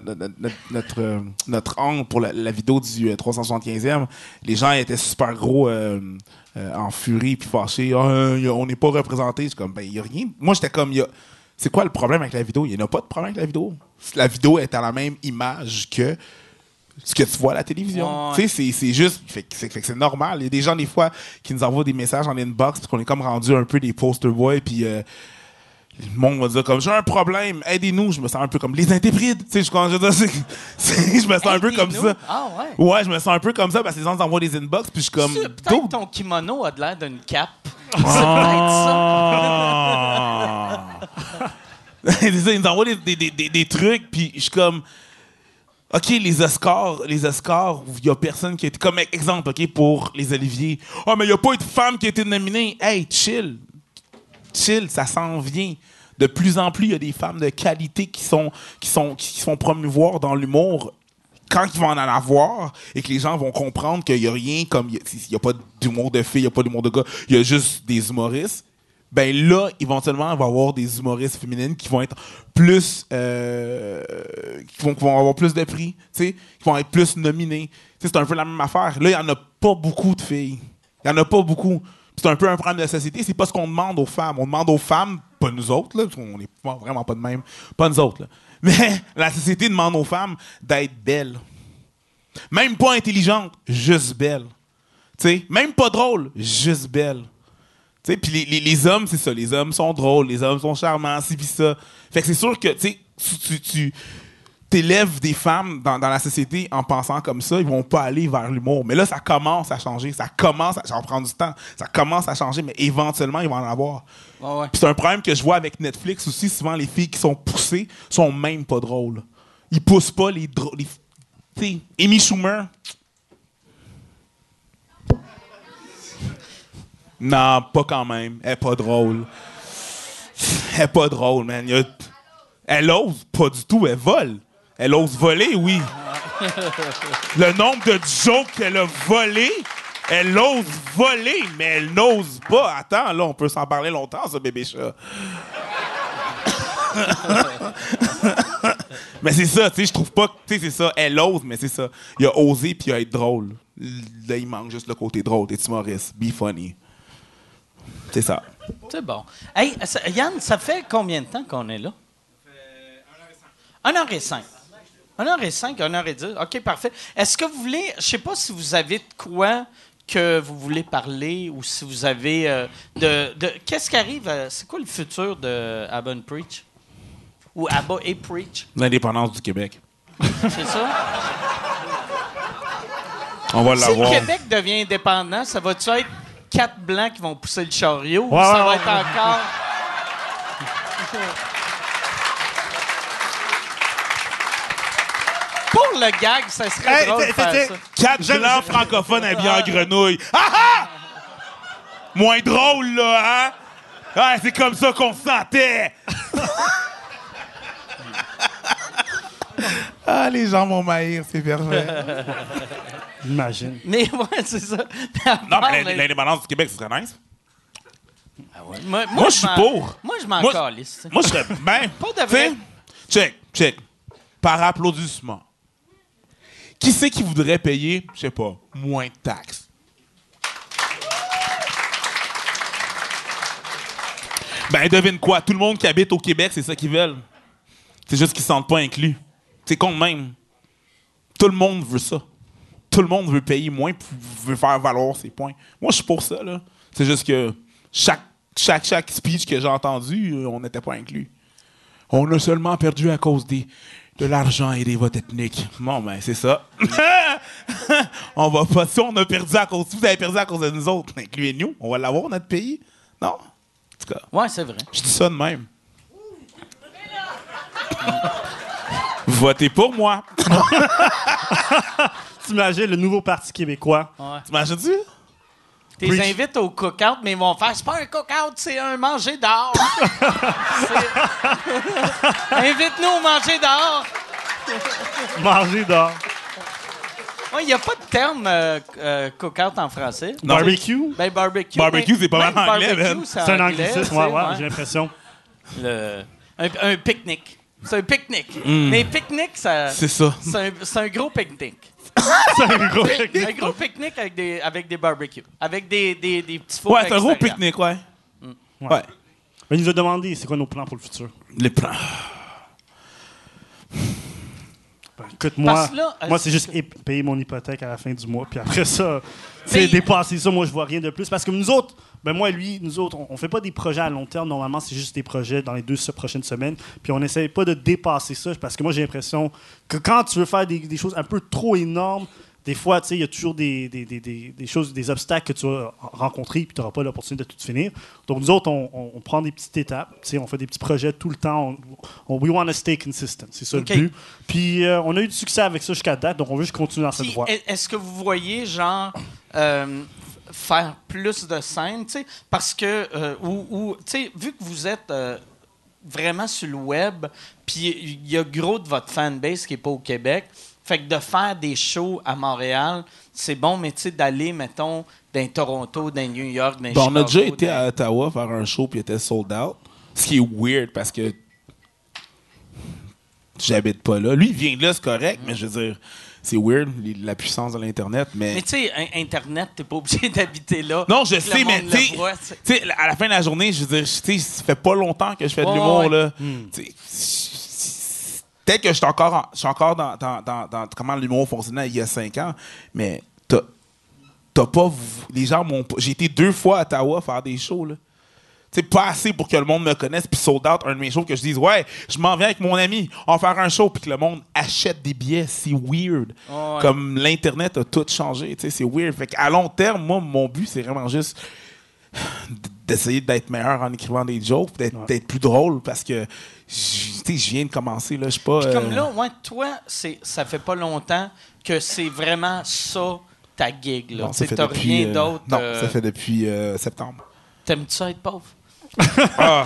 notre angle pour la vidéo du 375e. Les gens étaient super gros en furie puis fâchés. On n'est pas représentés. Je suis comme, ben, il y a rien. Moi, j'étais comme, c'est quoi le problème avec la vidéo? Il n'y en a pas de problème avec la vidéo. La vidéo est à la même image que ce que tu vois à la télévision. Ouais. Tu sais, c'est juste. Fait que c'est normal. Il y a des gens, des fois, qui nous envoient des messages en inbox, puis qu'on est comme rendu un peu des poster boys, puis le monde va dire comme j'ai un problème, aidez-nous. Je me sens un peu comme les intégrides. Tu sais, je me sens un peu comme aidez-nous. ça. Ah ouais. Ouais, je me sens un peu comme ça parce que les gens nous envoient des inbox, puis je suis comme. Peut-être Dude. que ton kimono a de l'air d'une cape. C'est peut-être ça. Ah. C'est ça, ils nous envoient des trucs, puis je suis comme. OK, les Oscars, il y a personne qui a été. Comme exemple, OK, pour les Oliviers. Ah, mais il n'y a pas eu de femme qui a été nominée. Hey, chill. Chill, ça s'en vient. De plus en plus, il y a des femmes de qualité qui sont promouvoir dans l'humour. Quand ils vont en avoir et que les gens vont comprendre qu'il n'y a rien comme. Il n'y a pas d'humour de filles, il n'y a pas d'humour de gars, il y a juste des humoristes. Ben là, éventuellement, il va y avoir des humoristes féminines qui vont être plus. Qui vont avoir plus de prix, tu sais, qui vont être plus nominées. Tu sais, c'est un peu la même affaire. Là, il n'y en a pas beaucoup de filles. Il n'y en a pas beaucoup. C'est un peu un problème de la société. C'est pas ce qu'on demande aux femmes. On demande aux femmes, pas nous autres, là, parce qu'on n'est vraiment pas de même. Pas nous autres, là. Mais la société demande aux femmes d'être belles. Même pas intelligentes, juste belles. Tu sais, même pas drôles, juste belles. Puis les hommes, c'est ça. Les hommes sont drôles, les hommes sont charmants, ci pis ça. Fait que c'est sûr que tu t'élèves des femmes dans la société en pensant comme ça, ils vont pas aller vers l'humour. Mais là, ça commence à changer. Ça va prendre du temps. Ça commence à changer, mais éventuellement, ils vont en avoir. Ouais. Puis c'est un problème que je vois avec Netflix aussi. Souvent, les filles qui sont poussées sont même pas drôles. Ils poussent pas les drôles. Tu sais, Amy Schumer. Non, pas quand même. Elle est pas drôle. Elle est pas drôle, man. Elle ose pas du tout. Elle vole. Elle ose voler, oui. Le nombre de jokes qu'elle a volé, elle ose voler, mais elle n'ose pas. Attends, là, on peut s'en parler longtemps, ça, bébé chat. Mais c'est ça, tu sais, je trouve pas que, tu sais, c'est ça, elle ose, mais c'est ça. Il a osé puis il a être drôle. Là, il manque juste le côté drôle. T'es humoriste. Be funny. C'est ça. C'est bon. Hey, Yann, ça fait combien de temps qu'on est là? Ça fait 1h05. 1h05, 1h10. OK, parfait. Est-ce que vous voulez... Je sais pas si vous avez de quoi que vous voulez parler ou si vous avez qu'est-ce qui arrive? C'est quoi le futur de Abba and Preach? Ou Abba et Preach? L'indépendance du Québec. C'est ça? On va Si l'avoir. le Québec devient indépendant, ça va-tu être 4 blancs qui vont pousser le chariot? Ouais, ou ça ouais, va ouais. être encore... Pour le gag, ça serait Hey, drôle de faire ça. 4 blancs francophones habillés en grenouille. Ah ah! Moins drôle, là, hein? Ah, c'est comme ça qu'on se sentait! Ah, les gens vont m'haïr, c'est pervers. Imagine. Mais ouais, c'est ça. Mais à Non, part mais le- l'indépendance du Québec, ce serait nice. Moi, je suis pour. Moi, je m'en Moi, calisse. tu sais. Moi, je serais ben. Pas de vrai. T'sais, check. Par applaudissement. Qui c'est qui voudrait payer, je sais pas, moins de taxes? Ben, devine quoi? Tout le monde qui habite au Québec, c'est ça qu'ils veulent. C'est juste qu'ils se sentent pas inclus. C'est con de même. Tout le monde veut ça. Tout le monde veut payer moins, veut faire valoir ses points. Moi, je suis pour ça, là. C'est juste que chaque speech que j'ai entendu, on n'était pas inclus. On a seulement perdu à cause de l'argent et des votes ethniques. Bon, ben, c'est ça. On va pas... Si on a perdu à cause... Si vous avez perdu à cause de nous autres, incluez-nous. On va l'avoir, notre pays. Non. En tout cas, Ouais, c'est vrai. je dis ça de même. Votez pour moi. T'imagines le nouveau Parti québécois? Ouais. T'imagines-tu? T'es invites au cook-out, mais ils vont faire « C'est pas un cook-out, c'est un manger dehors. » Invite-nous au manger dehors. Manger dehors. Il n'y a pas de terme cook-out en français. Non. Barbecue? Ben, barbecue. Barbecue, c'est pas mal anglais, barbecue, man. c'est C'est un anglais, anglicisme, tu sais, ouais, j'ai l'impression. Un pique-nique. C'est un pique-nique. Mais pique-nique, C'est ça. c'est un gros pique-nique. C'est un gros Un gros pique-nique avec des barbecues. Avec des petits fours. Ouais, c'est un gros extérieurs. pique-nique, ouais. Ouais. Ouais. Mais il nous a demandé c'est quoi nos plans pour le futur. Les plans. Ben, écoute, Parce que là, moi c'est juste payer mon hypothèque à la fin du mois. Puis après ça, Mais- dépasser ça, moi, je vois rien de plus. Parce que nous autres, moi et lui, nous autres, on fait pas des projets à long terme. Normalement, c'est juste des projets dans les 2 prochaines semaines. Puis on n'essaye pas de dépasser ça. Parce que moi, j'ai l'impression que quand tu veux faire des choses un peu trop énormes, des fois, tu sais, il y a toujours des choses, des obstacles que tu vas rencontrer, puis tu n'auras pas l'opportunité de tout finir. Donc, nous autres, on prend des petites étapes, tu sais, on fait des petits projets tout le temps. We want to stay consistent. C'est ça OK. le but. Puis, on a eu du succès avec ça jusqu'à date, donc on veut juste continuer dans cette Puis, voie. est-ce que vous voyez, genre, faire plus de scènes, tu sais, parce que, tu sais, vu que vous êtes vraiment sur le web, puis il y a gros de votre fanbase qui n'est pas au Québec, fait que de faire des shows à Montréal, c'est bon, mais tu sais, d'aller, mettons, dans Toronto, dans New York, dans Chicago... On a déjà été dans- à Ottawa faire un show puis il était sold out. Ce qui est weird parce que j'habite pas là. Lui, il vient de là, c'est correct, mais je veux dire, c'est weird, la puissance de l'Internet. Mais tu sais, Internet, t'es pas obligé d'habiter là. Non, je Que sais, le mais monde tu le voit, tu sais. sais, à la fin de la journée, je veux dire, tu sais, ça fait pas longtemps que je fais de Ouais, l'humour, ouais. là. Tu sais, peut-être que je suis encore dans comment l'humour fonctionnait il y a 5 ans, mais t'as pas... Les gens m'ont pas... J'ai été 2 fois à Ottawa faire des shows, là. Tu sais, pas assez pour que le monde me connaisse, puis sold out un de mes shows, que je dise, ouais, je m'en viens avec mon ami, on va faire un show, puis que le monde achète des billets. C'est weird. Ouais. Comme l'Internet a tout changé, tu sais, c'est weird. Fait qu'à long terme, moi, mon but, c'est vraiment juste d'essayer d'être meilleur en écrivant des jokes, d'être plus drôle, parce que, tu sais, je viens de commencer, là, je sais pas... Puis comme là, ouais, toi, ça fait pas longtemps que c'est vraiment ça, ta gig, là. Non, Tu sais, t'as rien d'autre. Non, ça fait depuis septembre. T'aimes-tu ça être pauvre? Ah!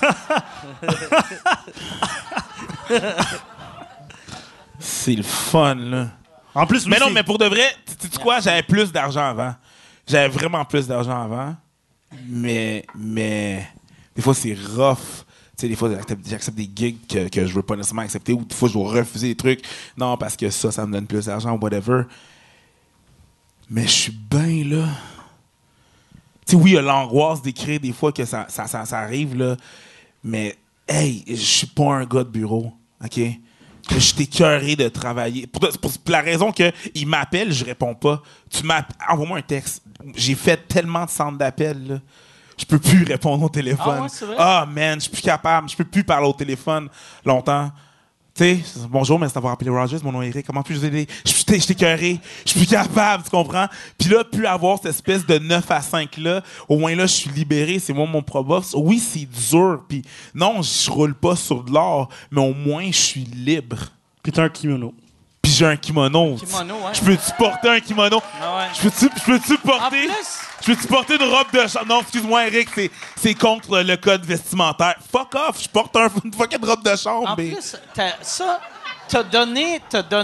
C'est le fun, là. En plus, lui, Mais non, c'est- mais pour de vrai, tu sais quoi, j'avais plus d'argent avant. J'avais vraiment plus d'argent avant. Mais des fois, c'est rough. Tu sais, des fois, j'accepte des gigs que je veux pas nécessairement accepter, ou des fois, je dois refuser des trucs. Non, parce que ça me donne plus d'argent, ou whatever. Mais je suis bien, là. Tu sais, oui, il y a l'angoisse d'écrire des fois que ça arrive, là. Mais, hey, je suis pas un gars de bureau, OK? Je suis écœuré de travailler. Pour la raison qu'il m'appelle, je réponds pas. Envoie-moi un texte. J'ai fait tellement de centres d'appel, là. Je peux plus répondre au téléphone. Ah ouais, c'est vrai? Ah, man, je suis plus capable. Je peux plus parler au téléphone longtemps. Tu sais, bonjour, merci d'avoir appelé Rogers. Mon nom est Eric. Comment puis-je vous aider? Je suis écœuré. Je suis plus capable, tu comprends? Puis là, plus avoir cette espèce de 9 à 5-là, au moins là, je suis libéré. C'est moi mon probox. Oui, c'est dur. Puis non, je roule pas sur de l'or, mais au moins, je suis libre. Puis t'as un kimono. Puis j'ai un kimono. Kimono, ouais. Je peux-tu porter un kimono? Ah ouais. Je peux-tu En porter... plus, Je peux-tu porter une robe de chambre? Non, excuse-moi, Eric, c'est contre le code vestimentaire. Fuck off, je porte une fucking robe de chambre. en mais- plus, t'as donné,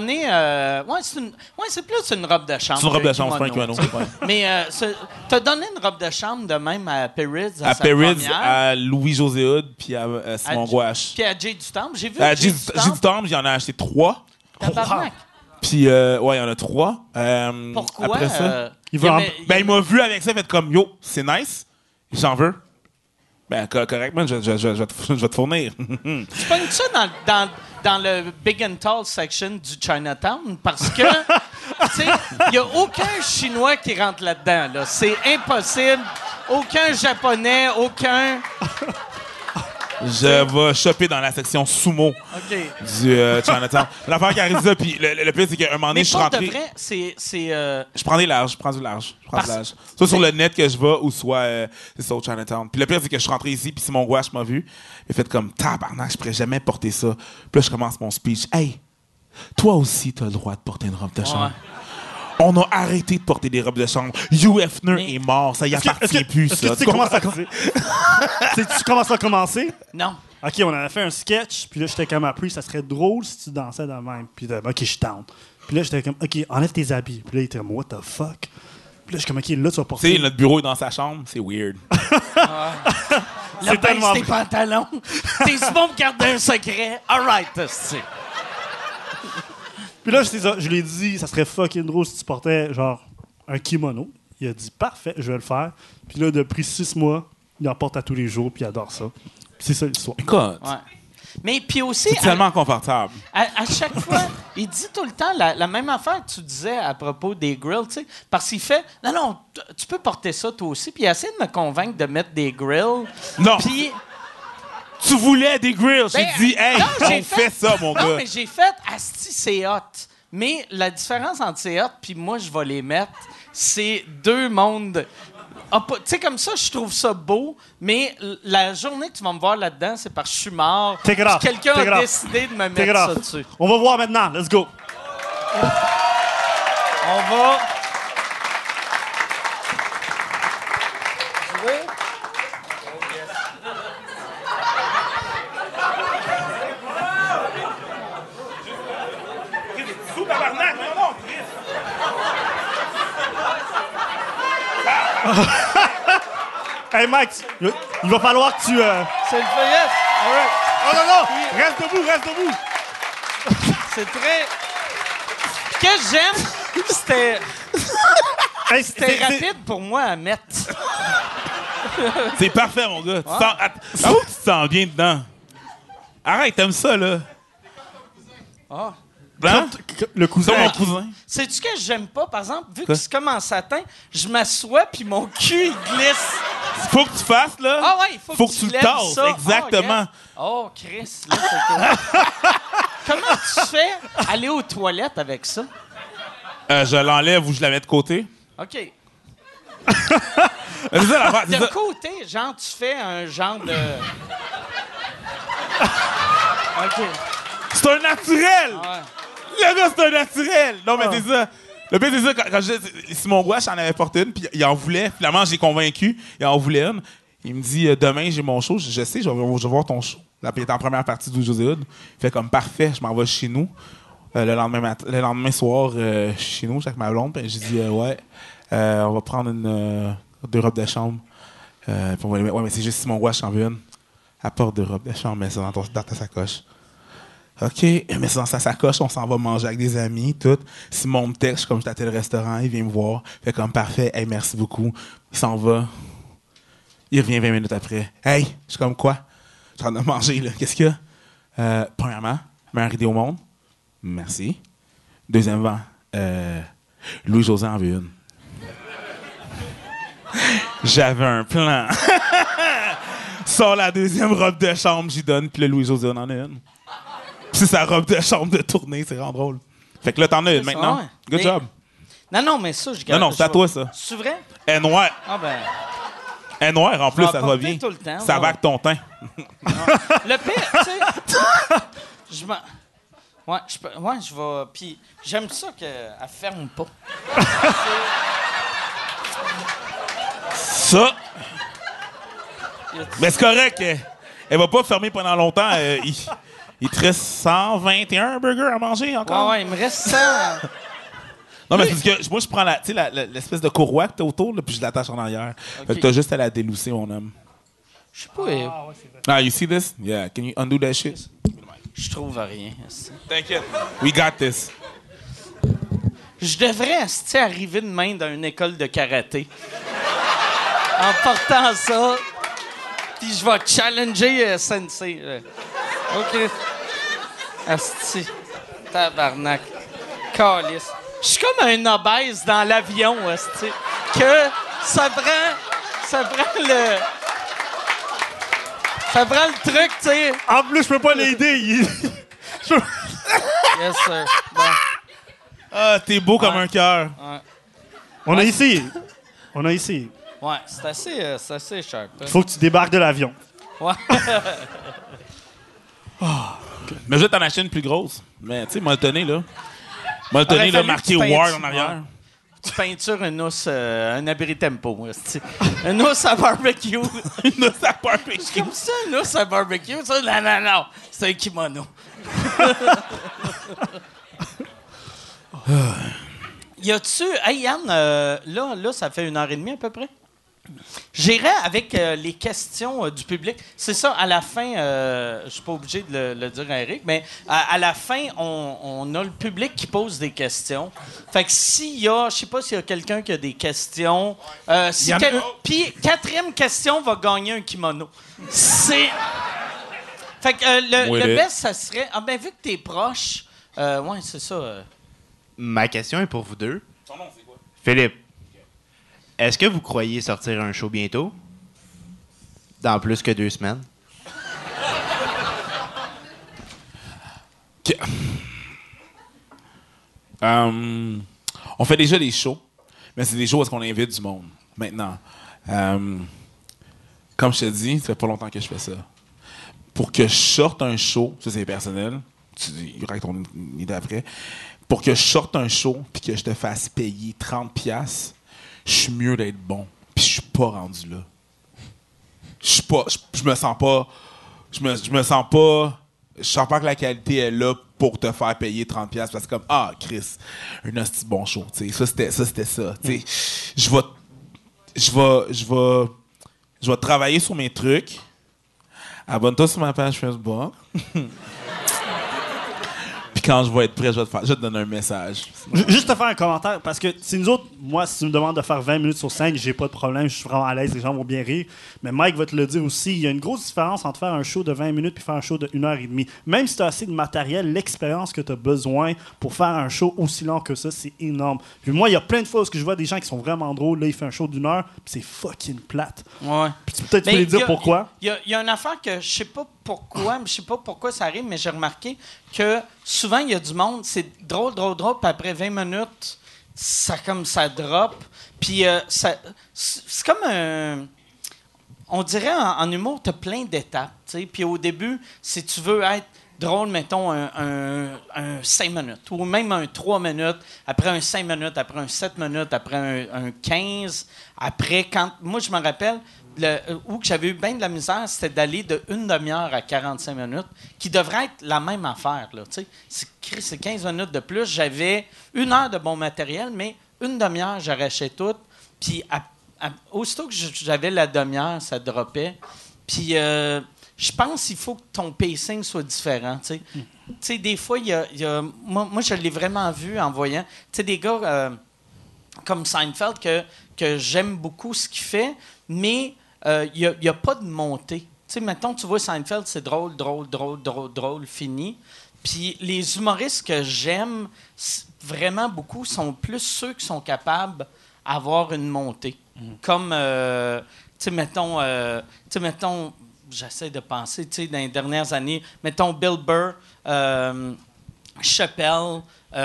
c'est plus une robe de chambre. C'est une robe qu'un de chambre, c'est pas un kimono. tu sais. Ouais. Mais t'as donné une robe de chambre de même à Perrids, À sa Perrids, première, à Louis-José Hood, puis à Simon à- Gouache. Puis à Jay du Temple. J'ai vu À Jay J'ai du temps, j'en ai acheté 3. Tabarnak. Puis, ouais, il y en a 3. Pourquoi? Après ça, Il va il m'a vu avec ça, il fait comme, yo, c'est nice, j'en veux. Ben, correct, man, je vais te fournir. Tu pognes ça dans le Big and Tall section du Chinatown parce que, tu sais, il n'y a aucun Chinois qui rentre là-dedans. Là. C'est impossible. Aucun Japonais, aucun... Je vais shopper dans la section sumo OK. du Chinatown. L'affaire qui arrive ça, puis le pire, c'est qu'à un moment donné, Mais je suis pour de rentré... vrai, c'est Je prends du large. Parce- Soit sur le net que je vais, ou soit c'est ça au Chinatown. Puis le pire, c'est que je suis rentré ici, puis Simon Gouache m'a vu. Il a fait comme, tabarnak, je pourrais jamais porter ça. Puis là, je commence mon speech. Hey, toi aussi, t'as le droit de porter une robe de chambre. On a arrêté de porter des robes de chambre. Hugh Hefner Mais- est mort. Ça y appartient plus, Est-ce que ça. tu sais comment ça commence? Tu comment ça a commencé? Non. OK, on avait fait un sketch, puis là, j'étais comme appris, ça serait drôle si tu dansais de même. Puis là, OK, je suis down. Puis là, j'étais comme, OK, enlève tes habits. Puis là, il était comme, what the fuck? Puis là, je suis comme, OK, là, tu vas Tu sais, porter... notre bureau est dans sa chambre. C'est weird. Là, tellement baisse tes vrai. pantalons. T'es bon pour garder un secret. All right, c'est. Puis là, je lui ai dit, ça serait fucking drôle si tu portais, genre, un kimono. Il a dit, parfait, je vais le faire. Puis là, depuis 6 mois, il en porte à tous les jours, puis il adore ça. Puis c'est ça l'histoire. Écoute, Ouais. Mais puis aussi, c'est tellement confortable. à chaque fois, il dit tout le temps la même affaire que tu disais à propos des grills, tu sais. Parce qu'il fait, non, tu peux porter ça toi aussi. Puis il essaie de me convaincre de mettre des grills. Non. Puis. Tu voulais des grills. J'ai Ben, dit, hey, non, on j'ai fait ça, mon Non, gars. mais j'ai fait Asti, c'est hot. Mais la différence entre c'est hot puis moi, je vais les mettre, c'est deux mondes. Tu sais, comme ça, je trouve ça beau, mais la journée que tu vas me voir là-dedans, c'est parce que je suis mort. T'es grave. Puis quelqu'un T'es a grave. décidé de me T'es mettre grave. ça dessus. On va voir maintenant. Let's go. On va. Hey, Mike, il va falloir que tu... C'est le yes. All right. Oh non, non! Reste debout, reste debout! C'est très. Ce que j'aime, c'était Hey, c'était rapide pour moi à mettre. C'est parfait, mon gars. Avoue que tu te sens bien dedans. Arrête, t'aimes ça, là. Ah. Hein? Le cousin... C'est mon cousin. Sais-tu que j'aime pas, par exemple, vu Quoi? que c'est comme en satin, je m'assois puis mon cul il glisse. Faut que tu fasses, là. Ah ouais, faut que tu le lèves tasses. ça. Exactement. Oh, Chris, là, c'est cool. Comment tu fais aller aux toilettes avec ça? Je l'enlève ou je la mets de côté. OK. C'est ça, l'affaire. c'est De ça. côté, genre, tu fais un genre de... OK. C'est un naturel. Ouais. Le gars, c'est un naturel. Non, mais c'est ça. Le pire, c'est ça. Quand Simon Gouache en avait porté une, puis il en voulait. Finalement, j'ai convaincu. Il en voulait une. Il me dit, demain, j'ai mon show. Je sais, je vais voir ton show. Là, puis il est en première partie de José Hood. Il fait comme parfait, je m'en vais chez nous. Le lendemain soir, je suis chez nous, avec ma blonde. Puis j'ai dit, ouais, on va prendre deux robes de chambre. Puis on va les mettre. Ouais, mais c'est juste Simon Gouache, j'en veux une. Apporte deux robes de chambre, mets ça dans ta sacoche. OK, mets ça dans sa sacoche, on s'en va manger avec des amis, tout. Simon me texte, comme j'étais à tel restaurant, il vient me voir. Fait comme parfait, hey, merci beaucoup. Il s'en va. Il revient 20 minutes après. Hey, je suis comme quoi? Je suis en train de manger, là. Qu'est-ce qu'il y a? Premièrement, meilleure idée au monde. Merci. Deuxièmement, Louis-José en veut une. J'avais un plan. Sors la deuxième robe de chambre, j'y donne, puis le Louis-José en a une. Puis c'est sa robe de chambre de tournée, c'est vraiment drôle. Fait que là, t'en as une maintenant. Ouais. Good Mais- job. Non, mais ça, je Non, c'est à toi, ça. C'est vrai? Elle est noire. Ah ben... Elle est noire, en plus, vais ça va porter bien. tout le temps, Ça ouais. va avec ton teint. Le pire, tu sais... je m'en... Ouais, je vais... Puis j'aime ça qu'elle ferme pas. Ça... Mais c'est correct. Elle va pas fermer pendant longtemps. Il te reste 121 burgers à manger encore. Ouais, il me reste ça. Non, mais c'est parce que moi, je prends l'espèce de courroie que t'as autour, là, puis je l'attache en arrière. Fait que t'as juste à la délousser, mon homme. Je sais pas, Ah, you see this? Yeah. Can you undo that shit? je trouve rien. T'inquiète. We got this. Je devrais esti, arriver de main dans une école de karaté. En portant ça, puis je vais challenger Sensei. OK. Asti. Tabarnak. Calice. Je suis comme un obèse dans l'avion, asti. Que ça prend le... Ça prend le truc, tu sais. En plus, je peux pas l'aider. Yes, sir. Bon. Ah, t'es beau comme un cœur. On a essayé. On a essayé. Ouais, c'est assez sharp. Hein. Il faut que tu débarques de l'avion. Ouais. Mais je vais t'en acheter une plus grosse. Mais tu sais, m'a le tenir, là. M'a le tenir, là, fallu marqué que tu Ward peintes- en arrière. tu peintures un os, un abri tempo. Un os à barbecue. Un os à barbecue. Comme ça, un os à barbecue. Ça, non. C'est un kimono. Y a-tu... Hey, Yann, là, ça fait 1h30 à peu près. J'irai avec les questions du public. C'est ça, à la fin, je suis pas obligé de le dire à Eric, mais à la fin, on a le public qui pose des questions. Fait que s'il y a, je sais pas s'il y a quelqu'un qui a des questions. Puis, 4e question va gagner un kimono. C'est... Fait que le best, ça serait... Ah ben, vu que t'es proche... ouais, c'est ça. Ma question est pour vous deux. Ton nom, c'est quoi? Philippe, est-ce que vous croyez sortir un show bientôt? Dans plus que 2 semaines? On fait déjà des shows, mais c'est des shows où est-ce qu'on invite du monde. Maintenant, comme je te dis, ça fait pas longtemps que je fais ça. Pour que je sorte un show, ça c'est personnel, tu diras ton idée après, pour que je sorte un show puis que je te fasse payer 30$, je suis mieux d'être bon. Puis je suis pas rendu là. Je me sens pas... Je sens pas que la qualité est là pour te faire payer 30$ parce que c'est comme Chris, un hostie bon show, tu sais. Ça c'était ça, tu sais. Je vais travailler sur mes trucs. Abonne-toi sur ma page Facebook. Puis quand je vais être prêt, je vais te donner un message. Juste te faire un commentaire, parce que si nous autres, moi, si tu me demandes de faire 20 minutes sur scène, j'ai pas de problème, je suis vraiment à l'aise, les gens vont bien rire. Mais Mike va te le dire aussi, il y a une grosse différence entre faire un show de 20 minutes puis faire un show de 1h30. Même si tu as assez de matériel, l'expérience que tu as besoin pour faire un show aussi long que ça, c'est énorme. Puis moi, il y a plein de fois où je vois des gens qui sont vraiment drôles, là, il fait un show d'1 heure, puis c'est fucking plate. Ouais. Puis peut-être tu peux lui dire pourquoi. Il y a une affaire que je sais pas pourquoi ça arrive, mais j'ai remarqué que souvent, il y a du monde, c'est drôle, puis après 20 minutes, ça drop. Puis c'est comme un... On dirait en humour, tu as plein d'étapes. Puis au début, si tu veux être drôle, mettons un 5 minutes, ou même un 3 minutes, après un 5 minutes, après un 7 minutes, après un 15, après quand... Moi, je me rappelle... où j'avais eu bien de la misère, c'était d'aller de 1 demi-heure à 45 minutes, qui devrait être la même affaire. Là, c'est 15 minutes de plus. J'avais 1 heure de bon matériel, mais 1 demi-heure, j'arrachais tout. Puis aussitôt que j'avais la demi-heure, ça droppait. Puis je pense qu'il faut que ton pacing soit différent. Des fois, il y a moi, je l'ai vraiment vu en voyant des gars comme Seinfeld que j'aime beaucoup ce qu'il fait, mais il n'y a pas de montée. Mettons, tu vois Seinfeld, c'est drôle, fini. Puis les humoristes que j'aime vraiment beaucoup sont plus ceux qui sont capables d'avoir une montée. Comme, mettons, j'essaie de penser, dans les dernières années, mettons Bill Burr, Chappelle,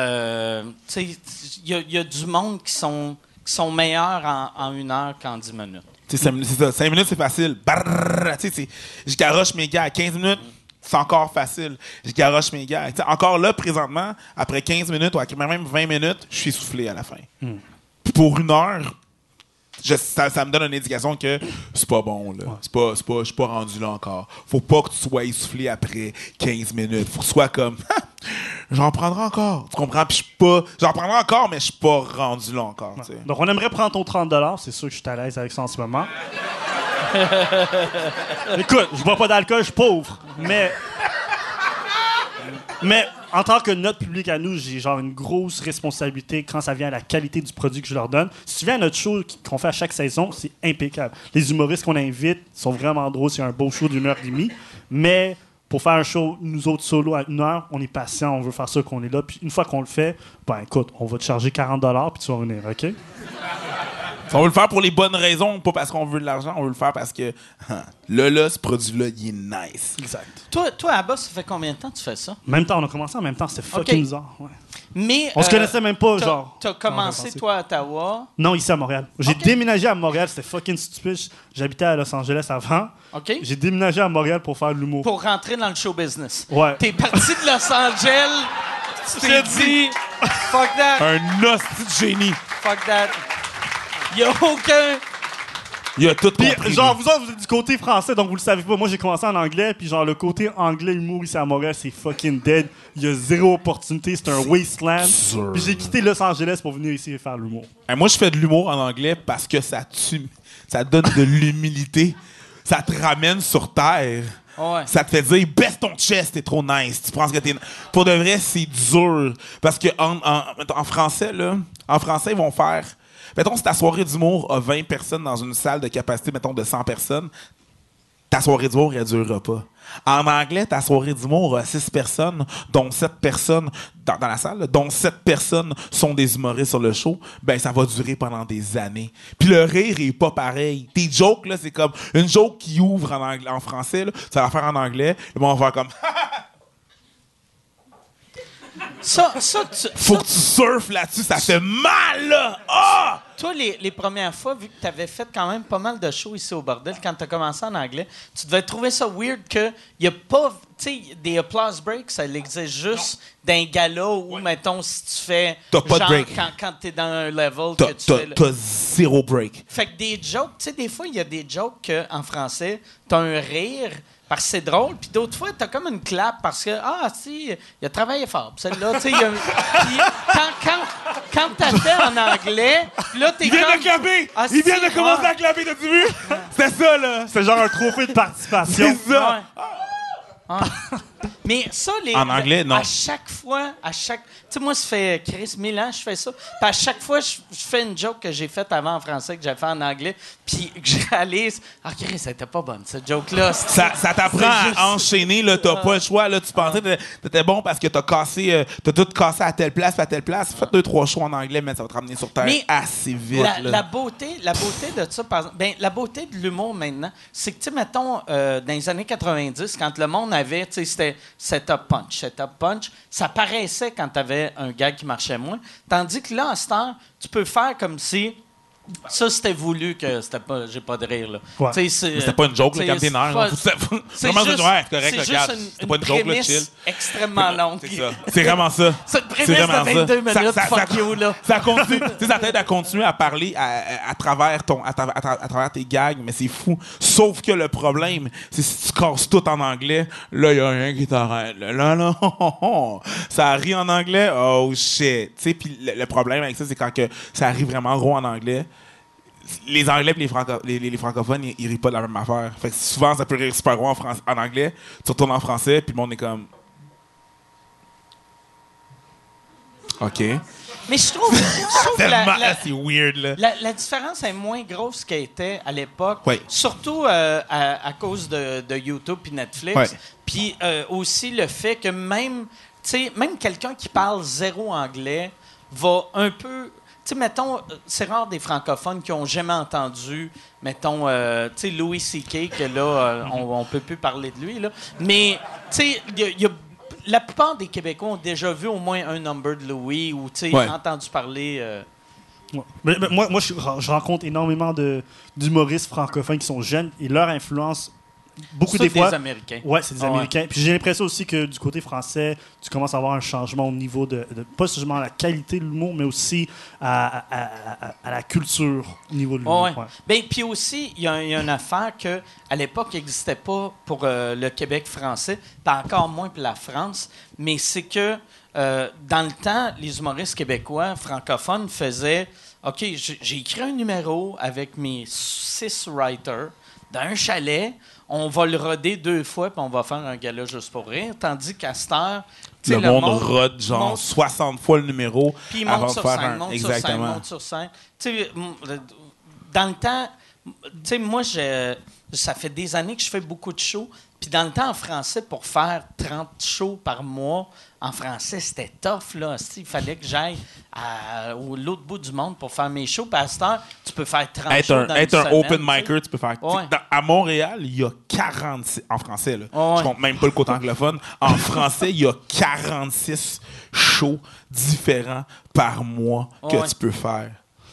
il y a du monde qui sont meilleurs en 1 heure qu'en 10 minutes. C'est ça. 5 minutes, c'est facile. Je garoche mes gars. À 15 minutes, c'est encore facile. Je garoche mes gars. Encore là, présentement, après 15 minutes ou après même 20 minutes, je suis essoufflé à la fin. Puis pour 1 heure, ça me donne une indication que c'est pas bon. Là. Ouais. Je suis pas rendu là encore. Faut pas que tu sois essoufflé après 15 minutes. Faut que tu sois comme... J'en prendrai encore. Tu comprends? Puis j'en prendrai encore, mais je suis pas rendu là encore. Ouais. Donc, on aimerait prendre ton 30$. C'est sûr que je suis à l'aise avec ça en ce moment. Écoute, je bois pas d'alcool, je suis pauvre. Mais en tant que notre public à nous, j'ai genre une grosse responsabilité quand ça vient à la qualité du produit que je leur donne. Si tu viens à notre show qu'on fait à chaque saison, c'est impeccable. Les humoristes qu'on invite sont vraiment drôles. C'est un beau show d'1h30. Mais pour faire un show, nous autres solo à 1 heure, on est patient, on veut faire ça qu'on est là. Puis une fois qu'on le fait, ben écoute, on va te charger 40$ puis tu vas venir, OK? On veut le faire pour les bonnes raisons, pas parce qu'on veut de l'argent, on veut le faire parce que là, ce produit-là, il est nice. Exact. Toi, à bas, ça fait combien de temps que tu fais ça? En même temps, on a commencé en même temps, c'était fucking bizarre. Ouais. Mais, on se connaissait même pas, genre. T'as commencé, toi, à Ottawa? Non, ici à Montréal. J'ai déménagé à Montréal, c'était fucking stupide. J'habitais à Los Angeles avant. OK. J'ai déménagé à Montréal pour faire de l'humour. Pour rentrer dans le show business. Ouais. T'es parti de Los Angeles, tu t'es dit, fuck that. Un hostie de génie. fuck that. Il y a aucun... Il a tout Puis, compris. genre, vous autres, vous êtes du côté français, donc vous le savez pas. Moi, j'ai commencé en anglais, puis genre, le côté anglais humour ici à Montréal, c'est fucking dead. Il y a zéro opportunité, c'est un wasteland. Sûr. Puis j'ai quitté Los Angeles pour venir ici faire l'humour. Moi, je fais de l'humour en anglais parce que ça donne de l'humilité. Ça te ramène sur terre. Ouais. Ça te fait dire, baisse ton chest, t'es trop nice. Tu penses que t'es... Pour de vrai, c'est dur. Parce que en français, là, ils vont faire... Mettons, si ta soirée d'humour a 20 personnes dans une salle de capacité, mettons, de 100 personnes, ta soirée d'humour, elle durera pas. En anglais, ta soirée d'humour a 6 personnes, dont 7 personnes dans la salle, dont 7 personnes sont des humoristes sur le show, ben ça va durer pendant des années. Puis le rire est pas pareil. Tes jokes, là, c'est comme une joke qui ouvre en français, là, ça va faire en anglais, le monde va faire comme... Faut que tu surfes là-dessus, ça fait mal, là! Ah! Toi, les premières fois, vu que tu avais fait quand même pas mal de shows ici au bordel, quand tu as commencé en anglais, tu devais trouver ça weird qu'il n'y a pas... Tu sais, des applause breaks, ça existe juste d'un gala où, mettons, si tu fais... T'as pas de break. Quand tu es dans un level que tu fais... T'as zéro break. Fait que des jokes, tu sais, des fois, il y a des jokes qu'en français, tu as un rire... Parce que c'est drôle, puis d'autres fois, t'as comme une clap parce que, si, il a travaillé fort. Puis celle-là, tu sais, quand t'as fait en anglais, là, t'es Il vient comme... de clapper! Ah, Il vient si, de commencer à clapper, t'as-tu vu? C'était ça, là! C'est genre un trophée de participation. C'est ça! Ouais. Ah. Mais ça, En anglais, non. À chaque fois, tu sais, moi, ça fait Chris 1000 ans que je fais ça. Puis à chaque fois, je fais une joke que j'ai faite avant en français, que j'ai fait en anglais, puis que je réalise, Chris, c'était pas bonne, cette joke-là. Ça t'apprend à enchaîner, là, t'as pas le choix, là, tu pensais que t'étais bon parce que t'as tout cassé à telle place, Fais 2-3 shows en anglais, mais ça va te ramener sur terre assez vite, La beauté de ça, par exemple, la beauté de l'humour maintenant, c'est que, tu sais, mettons, dans les années 90, quand le monde avait, tu sais, c'était setup punch, ça paraissait quand t'avais un gag qui marchait moins. Tandis que là, à cette heure, tu peux faire comme si ça, c'était voulu que c'était pas, j'ai pas de rire, là. Ouais. C'était pas une joke, là, quand t'es nerf. Vraiment, c'est correct, c'est regarde. juste C'était pas une joke, là, chill. extrêmement longue. C'est ça. C'est vraiment ça. C'est une prémisse de 22 minutes, fuck you, là. Ça continue. Tu sais, ça t'aide à continuer à parler à travers tes gags, mais c'est fou. Sauf que le problème, c'est si tu casses tout en anglais, là, il y a rien qui t'arrête. Là, ça rit en anglais, oh shit. Tu sais, puis le problème avec ça, c'est quand que ça arrive vraiment gros en anglais, les Anglais et les francophones, ils rient pas de la même affaire. Fait que souvent, ça peut rire super gros en anglais. Tu retournes en français, puis le monde est comme... OK. Mais je trouve que c'est weird, là. la différence est moins grosse qu'elle était à l'époque, Oui. surtout à cause de YouTube et Netflix. Ouais. Puis aussi le fait que même quelqu'un qui parle zéro anglais va un peu... Tu sais, mettons, c'est rare des francophones qui n'ont jamais entendu, mettons, tu sais, Louis C.K., que là, on peut plus parler de lui, là. Mais, tu sais, la plupart des Québécois ont déjà vu au moins un number de Louis ou, tu sais, entendu parler... Ouais. Mais moi je rencontre énormément d'humoristes francophones qui sont jeunes et leur influence, beaucoup des fois... des Américains. Ouais, c'est des Américains. Puis j'ai l'impression aussi que du côté français, tu commences à avoir un changement au niveau de pas seulement la qualité de l'humour, mais aussi à la culture au niveau de l'humour. Ouais. Ben, puis aussi, il y a une affaire que à l'époque n'existait pas pour le Québec français, pas encore moins pour la France, mais c'est que dans le temps, les humoristes québécois francophones faisaient « OK, j'ai écrit un numéro avec mes 6 writers dans un chalet, on va le roder 2 fois, puis on va faire un gala juste pour rire. » Tandis qu'à cette heure, le monde rode genre 60 fois le numéro puis il avant monte de sur faire scène, un... monte Exactement. sur scène. Tu sais, dans le temps, tu sais, moi, ça fait des années que je fais beaucoup de shows. Puis dans le temps, en français, pour faire 30 shows par mois, en français, c'était tough, là. Il fallait que j'aille à l'autre bout du monde pour faire mes shows. Puis à cette heure, tu peux faire 30 shows dans être une un semaine, open micer, tu peux faire... Ouais. À Montréal, il y a 46... En français, là. Ouais. Je compte même pas le côté anglophone. En français, il y a 46 shows différents par mois que tu peux faire.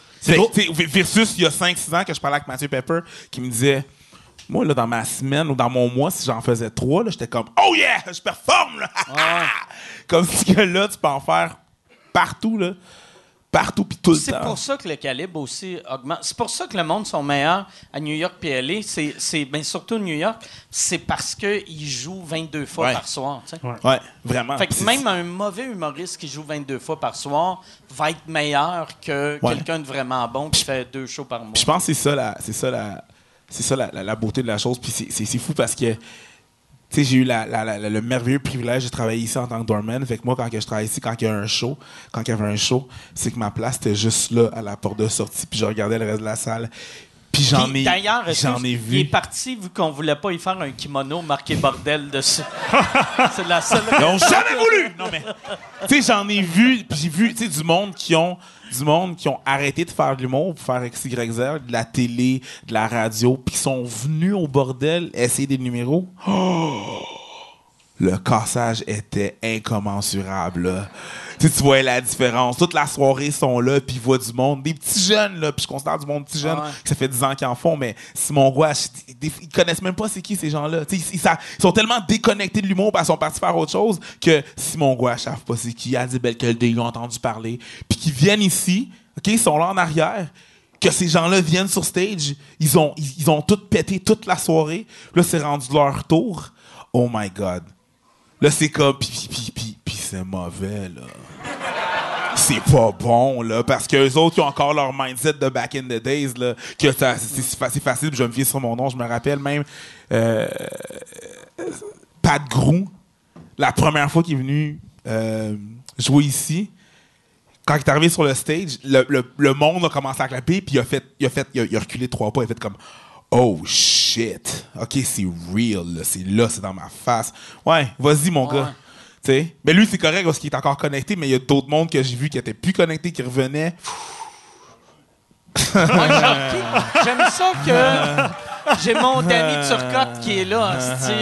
Versus, il y a 5-6 ans que je parlais avec Mathieu Pepper qui me disait... Moi, là, dans ma semaine ou dans mon mois, si j'en faisais 3, là, j'étais comme « Oh yeah! Je performe! » Comme si que là, tu peux en faire partout, là. partout, puis tout le C'est temps. pour ça que le calibre aussi augmente. C'est pour ça que le monde sont meilleurs à New York et LA. Ben, surtout New York, c'est parce qu'ils jouent 22 fois Ouais. par soir. Tu sais. Ouais, vraiment. Fait que C'est- même un mauvais humoriste qui joue 22 fois par soir va être meilleur que Ouais. quelqu'un de vraiment bon qui fait 2 shows par mois. Puis je pense que c'est ça la beauté de la chose. Puis c'est fou parce que tu sais, j'ai eu le merveilleux privilège de travailler ici en tant que doorman. Fait que moi, quand que je travaillais ici, quand il y avait un show, c'est que ma place était juste là, à la porte de sortie, puis je regardais le reste de la salle. Puis Puis, d'ailleurs, j'en ai il vu. est parti vu qu'on voulait pas y faire un kimono marqué bordel dessus. C'est la seule. Ils n'ont jamais voulu! Non, mais. Tu sais, j'en ai vu, puis j'ai vu, tu sais, du monde qui ont arrêté de faire de l'humour pour faire XYZ, de la télé, de la radio, puis qui sont venus au bordel essayer des numéros. Oh! Le cassage était incommensurable, là. Tu sais, tu voyais la différence. Toute la soirée, ils sont là, puis ils voient du monde. Des petits jeunes, là, puis je considère du monde petit jeune, Ah ouais. que ça fait 10 ans qu'ils en font, mais Simon Gouache, ils connaissent même pas c'est qui ces gens-là. Tu sais, ils sont tellement déconnectés de l'humour, parce qu'ils sont partis faire autre chose, que Simon Gouache savent pas c'est qui, Adi Belkelde, ils ont entendu parler, puis qu'ils viennent ici, OK, ils sont là en arrière, que ces gens-là viennent sur stage, ils ont tout pété toute la soirée, puis là, c'est rendu leur tour. Oh my God. Là, c'est comme, puis c'est mauvais, là. C'est pas bon, là, parce qu'eux autres, ils ont encore leur mindset de back in the days, là, que c'est facile, je vais me fier sur mon nom, je me rappelle même, Pat Grou, la première fois qu'il est venu jouer ici, quand il est arrivé sur le stage, le monde a commencé à clapper, puis il a reculé 3 pas, il a fait comme oh shit, ok, c'est real, là, c'est dans ma face. Ouais, vas-y mon gars. Tu sais, mais lui c'est correct parce qu'il est encore connecté, mais il y a d'autres mondes que j'ai vu qui étaient plus connectés, qui revenaient. J'aime ça que j'ai mon Danny Turcotte qui est là.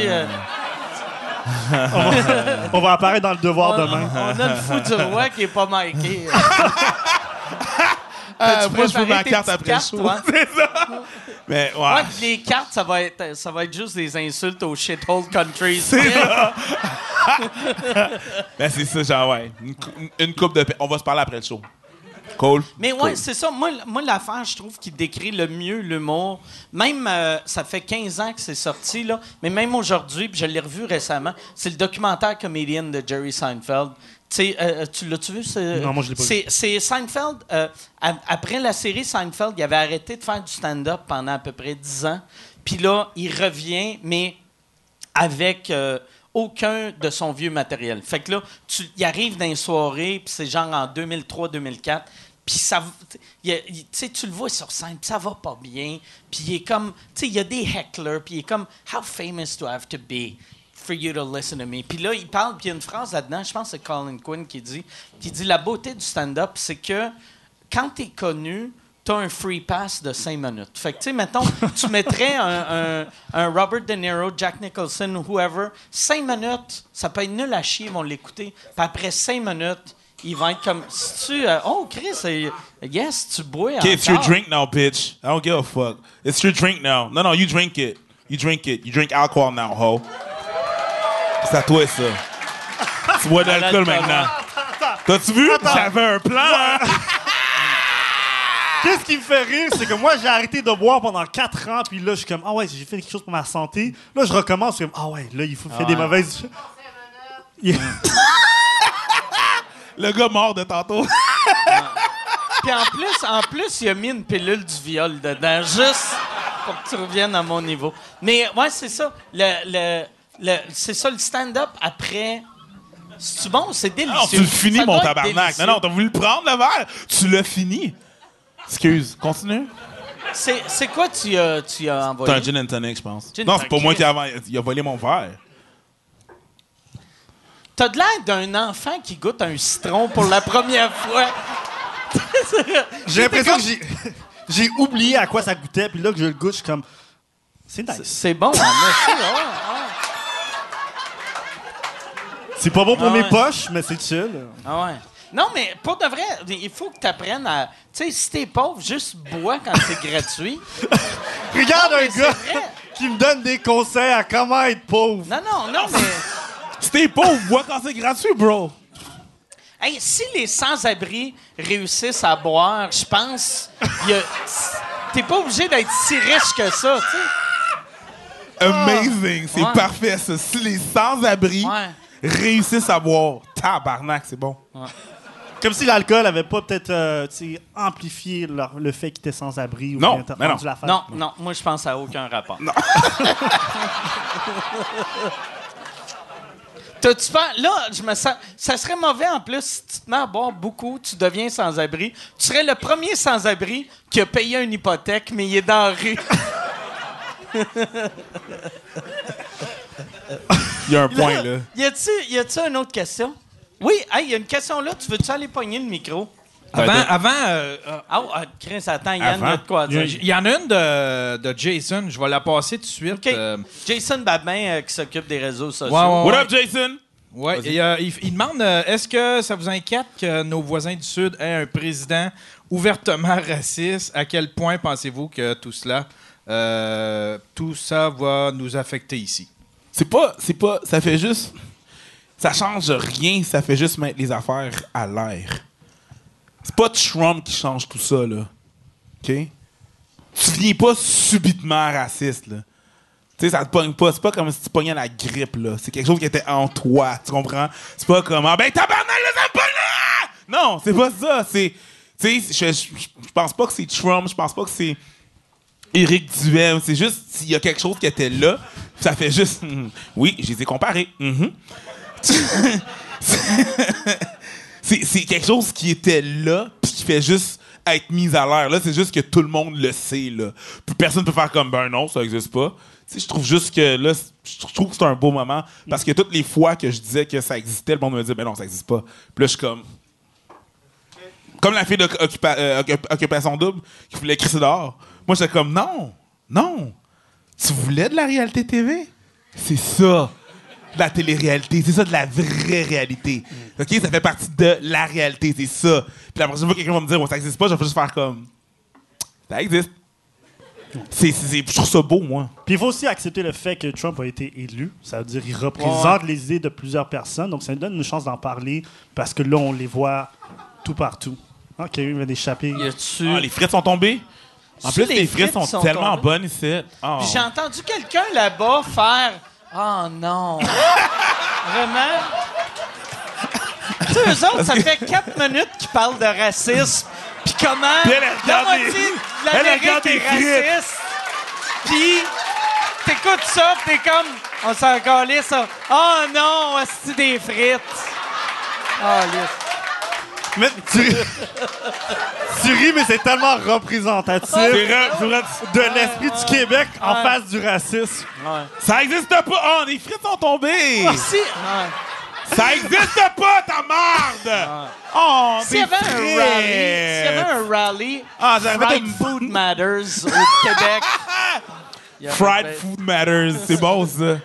On va apparaître dans le devoir demain. On a le fou du roi qui est pas marqué. Moi je veux ma tes carte petites après le cartes, show. toi? C'est ça. Mais ouais. Ouais, puis les cartes, ça va être juste des insultes aux shithole countries. Ben c'est ça, genre ouais. Une coupe de on va se parler après le show. Cool. Mais ouais, Cool. c'est ça. Moi, l'affaire, je trouve, qui décrit le mieux l'humour, même, ça fait 15 ans que c'est sorti, là, mais même aujourd'hui, puis je l'ai revu récemment, c'est le documentaire Comedian de Jerry Seinfeld. Tu l'as-tu vu? Non, moi, je l'ai pas vu. C'est Seinfeld. Après la série Seinfeld, il avait arrêté de faire du stand-up pendant à peu près 10 ans. Puis là, il revient, mais avec aucun de son vieux matériel. Fait que là, il arrive dans une soirée, puis c'est genre en 2003-2004, puis ça, tu sais, tu le vois sur scène, puis ça va pas bien, puis il est comme, tu sais, il y a des hecklers, puis il est comme, how famous do I have to be for you to listen to me? Puis là, il parle, puis il y a une phrase là-dedans, je pense que c'est Colin Quinn qui dit, la beauté du stand-up, c'est que quand t'es connu, t'as un free pass de 5 minutes. Fait que, tu sais, mettons, tu mettrais un Robert De Niro, Jack Nicholson, whoever, 5 minutes, ça peut être nul à chier, ils vont l'écouter. Puis après 5 minutes, ils vont être comme, si tu, oh, Chris, yes, tu bois Okay, it's your encore. drink now, bitch. I don't give a fuck. It's your drink now. No, you drink it. You drink it. You drink alcohol now, ho. C'est à toi, ça. Tu bois de l'alcool maintenant. T'as-tu vu? J'avais un plan. Qu'est-ce qui me fait rire, c'est que moi, j'ai arrêté de boire pendant 4 ans, puis là, je suis comme, ah ouais, j'ai fait quelque chose pour ma santé. Là, je recommence, je suis comme, ah ouais, là, il faut faire des mauvaises... Le gars mort de tantôt. Puis en plus, il a mis une pilule du viol dedans, juste pour que tu reviennes à mon niveau. Mais ouais, c'est ça. C'est ça, le stand-up après. C'est bon, c'est délicieux. Non, tu le finis, Ça mon doit être tabarnak. délicieux. Non, t'as voulu le prendre, le verre. Tu l'as fini. Excuse, continue. C'est quoi tu as envoyé? C'est un gin and tonic, je pense. Gin Non, c'est pas and moi tonic. qui a volé mon verre. T'as de l'air d'un enfant qui goûte un citron pour la première fois. J'ai l'impression que j'ai oublié à quoi ça goûtait, puis là que je le goûte, je suis comme, c'est nice. C'est bon, hein, merci. Ouais. C'est pas bon pour Ah mes ouais. poches, mais c'est chill. Ah ouais. Non, mais pour de vrai, il faut que tu apprennes à... Tu sais, si t'es pauvre, juste bois quand c'est gratuit. Regarde Non, mais un c'est gars vrai. qui me donne des conseils à comment être pauvre. Non, mais... Si t'es pauvre, bois quand c'est gratuit, bro. Hey, si les sans-abri réussissent à boire, je pense... T'es pas obligé d'être si riche que ça, tu sais. Amazing, c'est Ouais. parfait ça. Si les sans-abri réussissent à boire, tabarnak, c'est bon. Comme si l'alcool avait pas peut-être amplifié le fait qu'ils étaient sans abri ou Non, bien mais non. rendu l'affaire. Non, moi, je pense à aucun rapport. Non. T'as-tu peur? Là, je me sens... Ça serait mauvais, en plus, si tu te mets à boire beaucoup, tu deviens sans-abri. Tu serais le premier sans-abri qui a payé une hypothèque, mais il est dans la rue. Il y a un point, là. Y a-tu une autre question? Oui, il y a une question là. Tu veux-tu aller pogner le micro? Chris, attends, Yann, il y a de quoi dire. Il y en a une de Jason. Je vais la passer tout de suite. OK. Jason Babin qui s'occupe des réseaux sociaux. Ouais. What up, Jason? Ouais, et, il demande est-ce que ça vous inquiète que nos voisins du Sud aient un président ouvertement raciste? À quel point pensez-vous que tout ça va nous affecter ici? C'est pas, ça fait juste, ça change rien, ça fait juste mettre les affaires à l'air. C'est pas Trump qui change tout ça, là. OK? Tu viens pas subitement raciste, là. Tu sais, ça te pogne pas. C'est pas comme si tu pognais la grippe, là. C'est quelque chose qui était en toi, tu comprends? C'est pas comme, ben tabarnak, là, ça me pogne là! Non, c'est pas ça. C'est, tu sais, je pense pas que c'est Trump, je pense pas que c'est Éric Duhem. C'est juste, s'il y a quelque chose qui était là, ça fait juste, oui, je les ai comparés. C'est quelque chose qui était là, puis qui fait juste être mis à l'air. Là, c'est juste que tout le monde le sait, là. Puis personne peut faire comme, ben non, ça existe pas. Tu sais, je trouve juste que là, je trouve que c'est un beau moment, parce que toutes les fois que je disais que ça existait, le monde me disait, ben non, ça existe pas. Puis là, je suis comme la fille d'Occupation Double qui voulait crisser dehors. Moi, j'étais comme, non, tu voulais de la réalité TV? C'est ça. De la télé-réalité. C'est ça, de la vraie réalité. OK? Ça fait partie de la réalité. C'est ça. Puis la prochaine fois que quelqu'un va me dire, ça existe pas, je vais juste faire comme, ça existe. Je trouve ça beau, moi. Puis il faut aussi accepter le fait que Trump a été élu. Ça veut dire qu'il représente les idées de plusieurs personnes. Donc ça nous donne une chance d'en parler parce que là, on les voit tout partout. OK, il va d'échapper. Les frites sont tombées? En plus, les frites sont tellement bonnes ici. Oh. Puis j'ai entendu quelqu'un là-bas faire « Oh non! » Vraiment? Tu sais, eux autres, ça fait 4 minutes qu'ils parlent de racisme. Puis comment la moitié de l'Amérique est raciste. Puis t'écoutes ça, pis t'es comme « On s'en calisse, ça. Oh non, c'est des frites. » Oh, lisse. Mais tu ris, mais c'est tellement représentatif de l'esprit du Québec en face du racisme. Ouais. Ça existe pas! Oh, les frites sont tombées! Si, Ça existe pas, ta marde! Oh, s'il y avait un rallye, Fried Food Matters au Québec. Fried Food Matters, c'est bon, ça.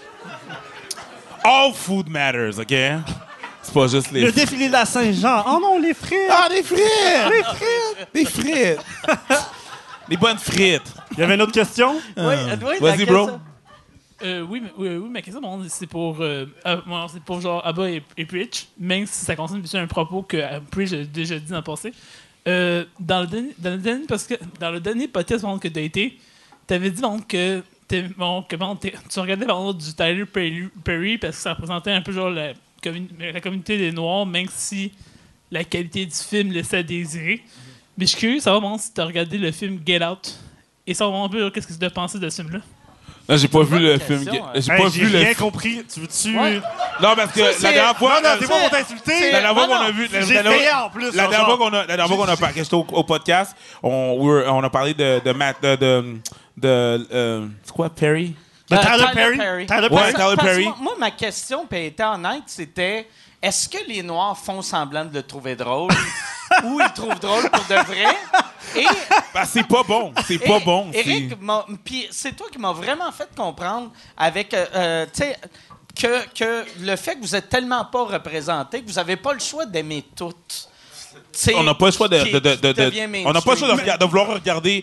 All food matters, OK? C'est pas juste les Le défilé de la Saint-Jean. Oh non, les frites! Ah, des frites! Les frites! Des frites! Des bonnes frites. Il y avait une autre question? Vas-y, bro. Oui, ma question, c'est pour genre Abba et Preach, même si ça concerne plutôt un propos que Preach a déjà dit dans le passé. Dans le dernier podcast que tu as été, tu avais dit que tu regardais du Tyler Perry parce que ça représentait un peu genre la communauté des Noirs, même si la qualité du film laissait à désirer. Mais je suis curieux de savoir si tu as regardé le film Get Out et savoir un peu qu'est-ce que tu as pensé de ce film-là. Non, j'ai pas vu le film. J'ai rien compris. Tu veux-tu... Ouais. Non, parce que la dernière fois... Non, c'est pas pour t'insulter. La dernière fois qu'on a vu... J'ai payé en plus. La dernière fois qu'on a parlé, j'étais au podcast, on a parlé de Matt... c'est quoi, Perry? Tyler Perry. Ouais, Tyler Perry. Moi, ma question, puis elle était honnête, c'était est-ce que les Noirs font semblant de le trouver drôle ou ils le trouvent drôle pour de vrai? Et c'est pas bon. C'est pas bon. Éric, puis c'est toi qui m'as vraiment fait comprendre avec, tu sais, que le fait que vous êtes tellement pas représentés que vous avez pas le choix d'aimer toutes. On n'a pas le choix on n'a pas le choix de vouloir regarder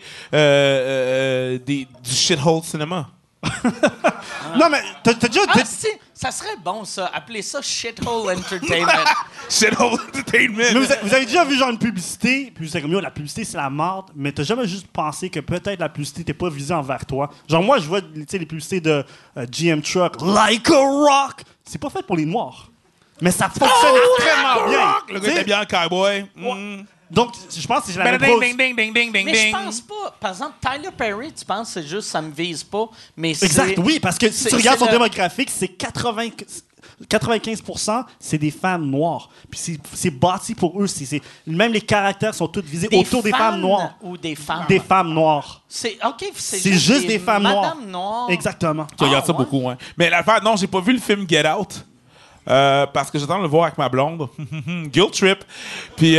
du shithole cinéma. Non, mais t'as déjà... Ça serait bon, ça. Appeler ça Shithole Entertainment. Shithole Entertainment. Mais vous avez déjà vu genre une publicité, puis vous êtes comme, yo, la publicité, c'est la merde, mais t'as jamais juste pensé que peut-être la publicité t'es pas visée envers toi. Genre, moi, je vois les publicités de GM Truck, Like a Rock. C'est pas fait pour les Noirs. Mais ça fonctionne extrêmement bien. Le gars était bien en cowboy. Donc, je pense que c'est la même chose. Mais je pense pas. Par exemple, Tyler Perry, tu penses c'est juste ça me vise pas, mais c'est... Exact, oui, parce que si tu regardes son le- démographique, c'est 95%, c'est des femmes noires. Puis c'est bâti pour eux. Même les caractères sont tous visés autour des femmes noires. Ou des femmes. Des femmes noires. OK, C'est juste des femmes noires. Madame noire. Exactement. Tu regardes ça ouais? beaucoup, hein. Mais l'affaire, non, j'ai pas vu le film Get Out. Parce que j'attends de le voir avec ma blonde. Guilt trip. Puis,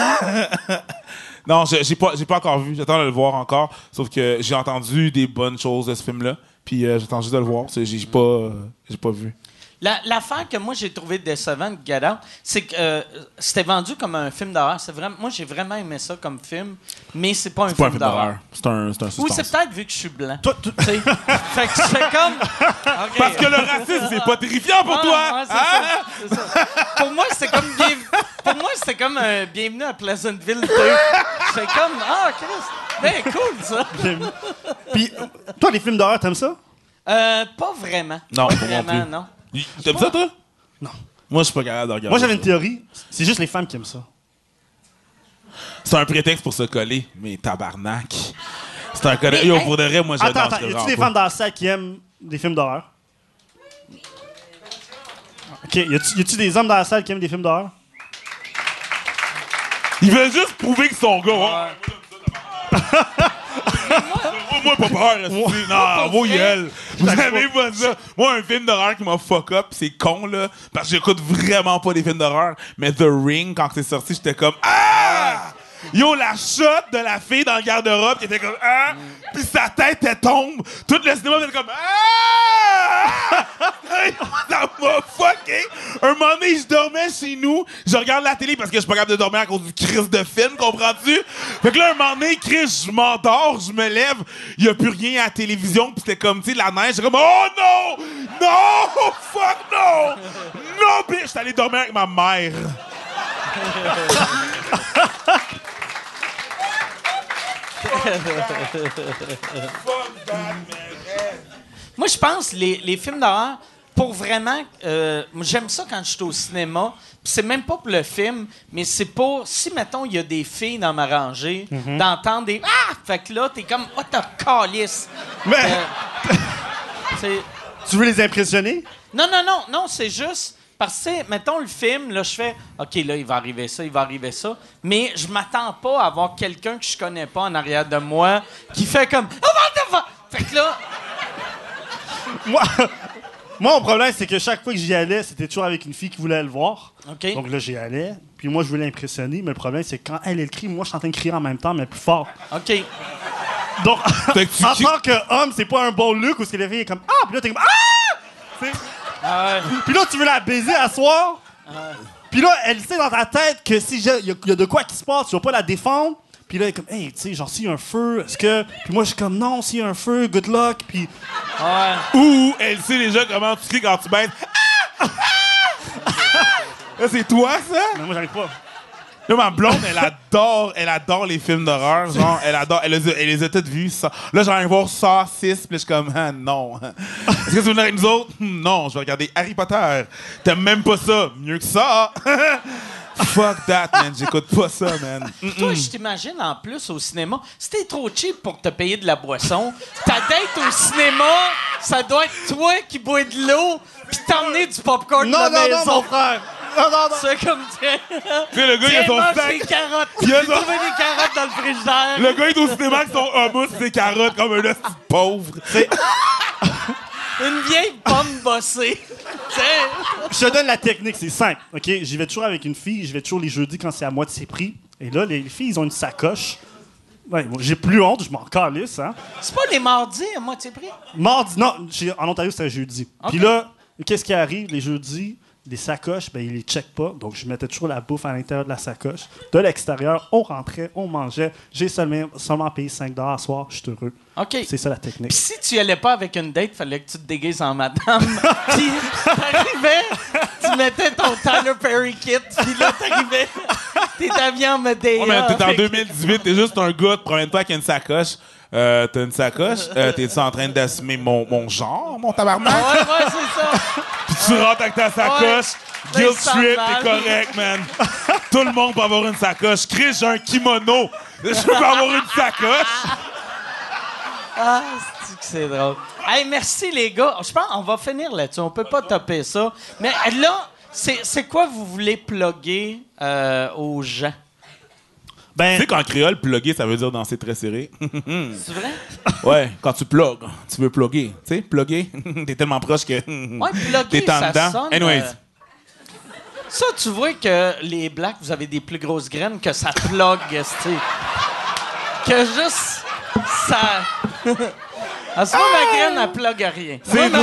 non, j'ai pas encore vu. J'attends de le voir encore. Sauf que j'ai entendu des bonnes choses de ce film-là. Puis, j'attends juste de le voir. J'ai pas vu. L'affaire que moi j'ai trouvé décevant de Get Out, c'est que c'était vendu comme un film d'horreur. Moi j'ai vraiment aimé ça comme film, mais c'est pas un C'est pas un film film d'horreur. d'horreur. C'est un suspense. Ou c'est peut-être vu que je suis blanc. Toi, Tu sais. Fait que je fais comme. OK. Parce que le racisme, c'est pas terrifiant pour toi! Ouais, c'est Hein? ça, c'est ça. Pour moi, c'était comme Bienvenue à Pleasantville 2. J'étais comme Chris, ben cool ça. Puis, toi, les films d'horreur, t'aimes ça? Pas vraiment. Non, pas pas non vraiment, plus. non. T'aimes ça, toi? Non. Moi, je suis pas capable de regarder. Moi, j'avais une ça. théorie. C'est juste les femmes qui aiment ça. C'est un prétexte pour se coller, mais tabarnak. C'est un collègue. Yo, pour de vrai, moi, Attends, j'adore. y a-tu des femmes dans la salle qui aiment des films d'horreur? OK. Y a-tu des hommes dans la salle qui aiment des films d'horreur? Il veut juste prouver que son gars. Moi, pas peur. esti. Non, vos gueules. Vous avez pas ça. Moi, un film d'horreur qui m'a fuck up, c'est con, là. Parce que j'écoute vraiment pas des films d'horreur. Mais The Ring, quand c'est sorti, j'étais comme Ah! Yo, la shot de la fille dans le garde-robe qui était comme Ah! Puis sa tête, elle tombe. Tout le cinéma était comme Ah! Ça m'a fucké. Un moment donné, je dormais chez nous. Je regarde la télé parce que je suis pas capable de dormir à cause du crise de film, comprends-tu? Fait que là, un moment donné, Chris, je m'endors, je me lève. Il y a plus rien à la télévision. Puis c'était comme, tu sais, la neige. J'étais comme Oh non! Non! Fuck non! Non, bitch! J'étais allé dormir avec ma mère. Moi, je pense les films d'horreur, pour vraiment... j'aime ça quand je suis au cinéma. Puis c'est même pas pour le film, mais c'est pour... Si, mettons, il y a des filles dans ma rangée, d'entendre des... Ah! Fait que là, t'es comme... Oh, t'as calice! Mais C'est... tu veux les impressionner? Non, c'est juste... Parce que, mettons le film, là, je fais, OK, là, il va arriver ça. Mais je m'attends pas à avoir quelqu'un que je connais pas en arrière de moi qui fait comme, oh, what the fuck? Fait que là, Moi, mon problème, c'est que chaque fois que j'y allais, c'était toujours avec une fille qui voulait le voir. OK. Donc là, j'y allais. Puis moi, je voulais l'impressionner. Mais le problème, c'est que quand elle crie, moi, je suis en train de crier en même temps, mais plus fort. OK. Donc, Fait que tu en cries- tant qu'homme, c'est pas un bon look où ce que la fille est comme Ah! Puis là, t'es comme Ah! C'est- Puis là, tu veux la baiser à soir. Puis là, elle sait dans ta tête que si il y a de quoi qui se passe, tu vas pas la défendre. Puis là, elle est comme Hey, tu sais, genre, s'il y a un feu, est-ce que. Puis moi, je suis comme Non, s'il y a un feu, good luck. Puis. Ou elle sait déjà comment tu cries quand tu baisses. Ah! Ah! Là, c'est toi, ça? Mais moi, j'arrive pas. Là, ma blonde, elle adore les films d'horreur. Genre, elle les a toutes vus. Ça. Là, j'arrive à voir ça 6, puis je suis comme, ah, non. Est-ce que tu veux venir avec nous autres? Non, je vais regarder Harry Potter. T'aimes même pas ça? Mieux que ça. Fuck that, man. J'écoute pas ça, man. Toi, je t'imagine en plus au cinéma, si t'es trop cheap pour te payer de la boisson, ta date au cinéma, ça doit être toi qui bois de l'eau puis t'emmener du popcorn de la maison. mon frère. Non. C'est comme tiens. Tu sais, le gars, il a son Mange des sac. carottes. Il a J'ai son- trouvé des carottes dans le frigidaire. Le gars est au cinéma avec son hummus et ses carottes comme un hostie de pauvre. Une vieille pomme bossée. T'sais. Je te donne la technique, c'est simple. OK? J'y vais toujours avec une fille, je vais toujours les jeudis quand c'est à moitié prix. Et là, les filles, ils ont une sacoche. Ouais, bon, j'ai plus honte, je m'en calisse, hein. C'est pas les mardis à moitié prix? Mardi, non, en Ontario, c'est un jeudi. OK. Puis là, qu'est-ce qui arrive les jeudis? des sacoches, ben, ils les checkent pas. Donc, je mettais toujours la bouffe à l'intérieur de la sacoche. De l'extérieur, on rentrait, on mangeait. J'ai seulement payé 5 $ à soir. Je suis heureux. OK. C'est ça la technique. Puis si tu allais pas avec une date, fallait que tu te déguises en madame. Puis t'arrivais, tu mettais ton Tyler Perry kit, puis là, t'arrivais, t'es habillé en Medea. Ouais, mais t'es en 2018, t'es juste un gars, promène-toi avec une sacoche. T'as une sacoche? T'es-tu en train d'assumer mon genre, mon tabarnak? Ouais, c'est ça. Puis tu rentres avec ta sacoche, Ouais. guilt Ben, trip, ça t'es correct, man. Tout le monde peut avoir une sacoche. Chris, j'ai un kimono. Je peux avoir une sacoche. Ah, c'est drôle. Hey, merci, les gars. Je pense qu'on va finir là-dessus. On peut pas topper ça. Mais là, c'est quoi vous voulez plugger aux gens? Tu Ben, sais qu'en créole, plugger, ça veut dire danser très serré. C'est vrai? Ouais, quand tu plugues, tu veux plugger. Tu sais, plugger, t'es tellement proche que Ouais, plugger, t'es en ça dedans. sonne... Anyways. Ça, tu vois que les Blacks, vous avez des plus grosses graines que ça plug, tu sais. Que juste... Ça... En ce moment, ma graine, elle plug rien.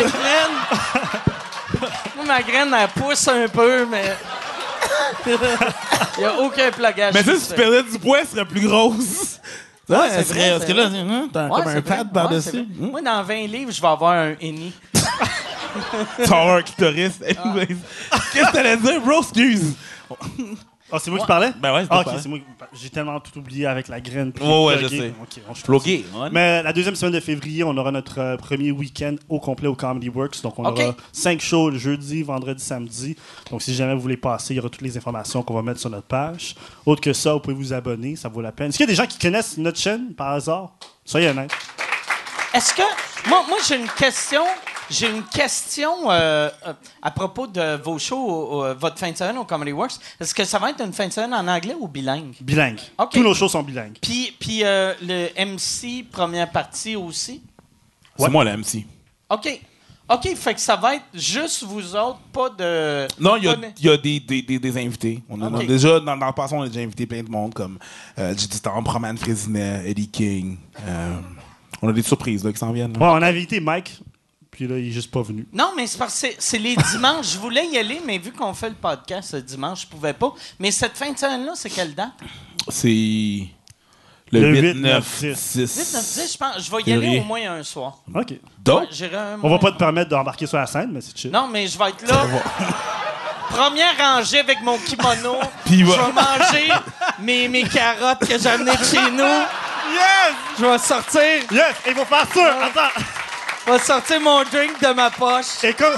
Moi, ma graine, elle pousse un peu, mais... Il n'y a aucun plugage. Mais qui ça, se si tu fait. perdais du poids, elle serait plus grosse. Ouais, Ouais, c'est elle serait. vrai, Parce que c'est là, t'as Ouais, comme c'est un vrai. pad Ouais, par-dessus. c'est vrai. Moi, dans 20 livres, je vais avoir un henny. Tu vas avoir un clitoris. Anyways. Qu'est-ce que t'allais dire, bro? Excuse. oh, c'est moi qui parlais? Ben ouais, c'est Ah, toi ok, qui parlais. c'est moi. J'ai tellement tout oublié avec la graine. puis Ouais, plugger. je sais. Ok, on se Plugger. Ouais. Mais la deuxième semaine de février, on aura notre premier week-end au complet au Comedy Works. Donc, on OK. aura 5 shows le jeudi, vendredi, samedi. Donc, si jamais vous voulez passer, il y aura toutes les informations qu'on va mettre sur notre page. Autre que ça, vous pouvez vous abonner, ça vaut la peine. Est-ce qu'il y a des gens qui connaissent notre chaîne par hasard? Soyez honnêtes. Est-ce que... Moi j'ai une question. J'ai une question à propos de vos shows, votre fin de semaine au Comedy Works. Est-ce que ça va être une fin de semaine en anglais ou bilingue? Bilingue. OK. Tous nos shows sont bilingues. Puis le MC, première partie aussi? C'est moi, le MC. OK. OK, fait que ça va être juste vous autres, pas de... Non, il pas de- y a des invités. On a Ok. déjà, dans le passé, on a déjà invité plein de monde comme J.D. Storm, Roman Frésinet, Eddie King. On a des surprises là, qui s'en viennent. là. Ouais, on a invité Mike, puis là, il est juste pas venu. Non, mais c'est parce que c'est les dimanches. Je voulais y aller, mais vu qu'on fait le podcast ce dimanche, je pouvais pas. Mais cette fin de semaine-là, c'est quelle date? C'est le Le 8, 8, 9, 9, 10. 8, 9, 10, je pense. Je vais y aller Février. au moins un soir. OK. Donc, Ouais, j'irai un On mois. va pas te permettre d'embarquer sur la scène, mais c'est chill. Non, mais je vais être là. Première rangée avec mon kimono. Puis il Je va- vais manger mes carottes que j'ai amenées de chez nous. Yes! Je vais sortir, Yes! Il faut faire ça! Attends! je vais sortir mon drink de ma poche.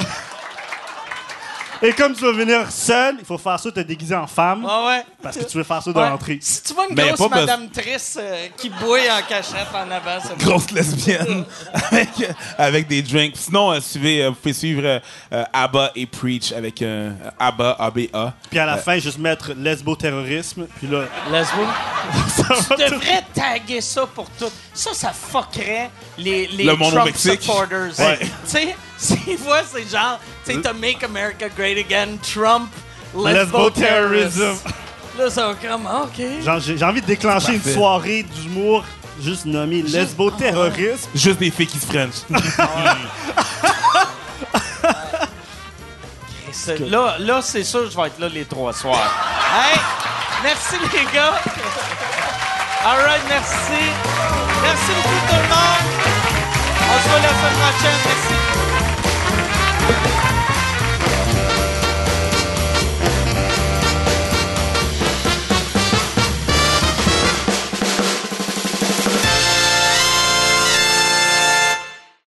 Et comme tu vas venir seul, il faut faire ça, te déguiser en femme, Ah ouais. parce que tu veux faire ça de Ouais. l'entrée. Si tu vois une Ben, grosse pas madame triste qui bouille en cachette en avant, c'est bon. grosse lesbienne avec des drinks. Sinon, vous pouvez suivre Abba et Preach avec Abba, A-B-A. Puis à la fin, juste mettre lesbo-terrorisme, puis là... Lesbo. ça va Tu devrais taguer ça pour tout. Ça fuckerait les Le monde au Trump Mexique. supporters. Ouais. Tu sais, s'ils voient, c'est genre, tu sais, to make America great again, Trump, Lesbo-terrorism. lesbo-terrorism. Là, ça va comme, OK. Genre, j'ai envie de déclencher une Parfait. soirée d'humour juste nommée lesbo-terrorisme. Juste des filles qui se french. Là, c'est sûr, je vais être là les 3 soirs. Hey, merci les gars. All right, merci. Merci beaucoup tout le monde. On se voit la semaine prochaine. Merci.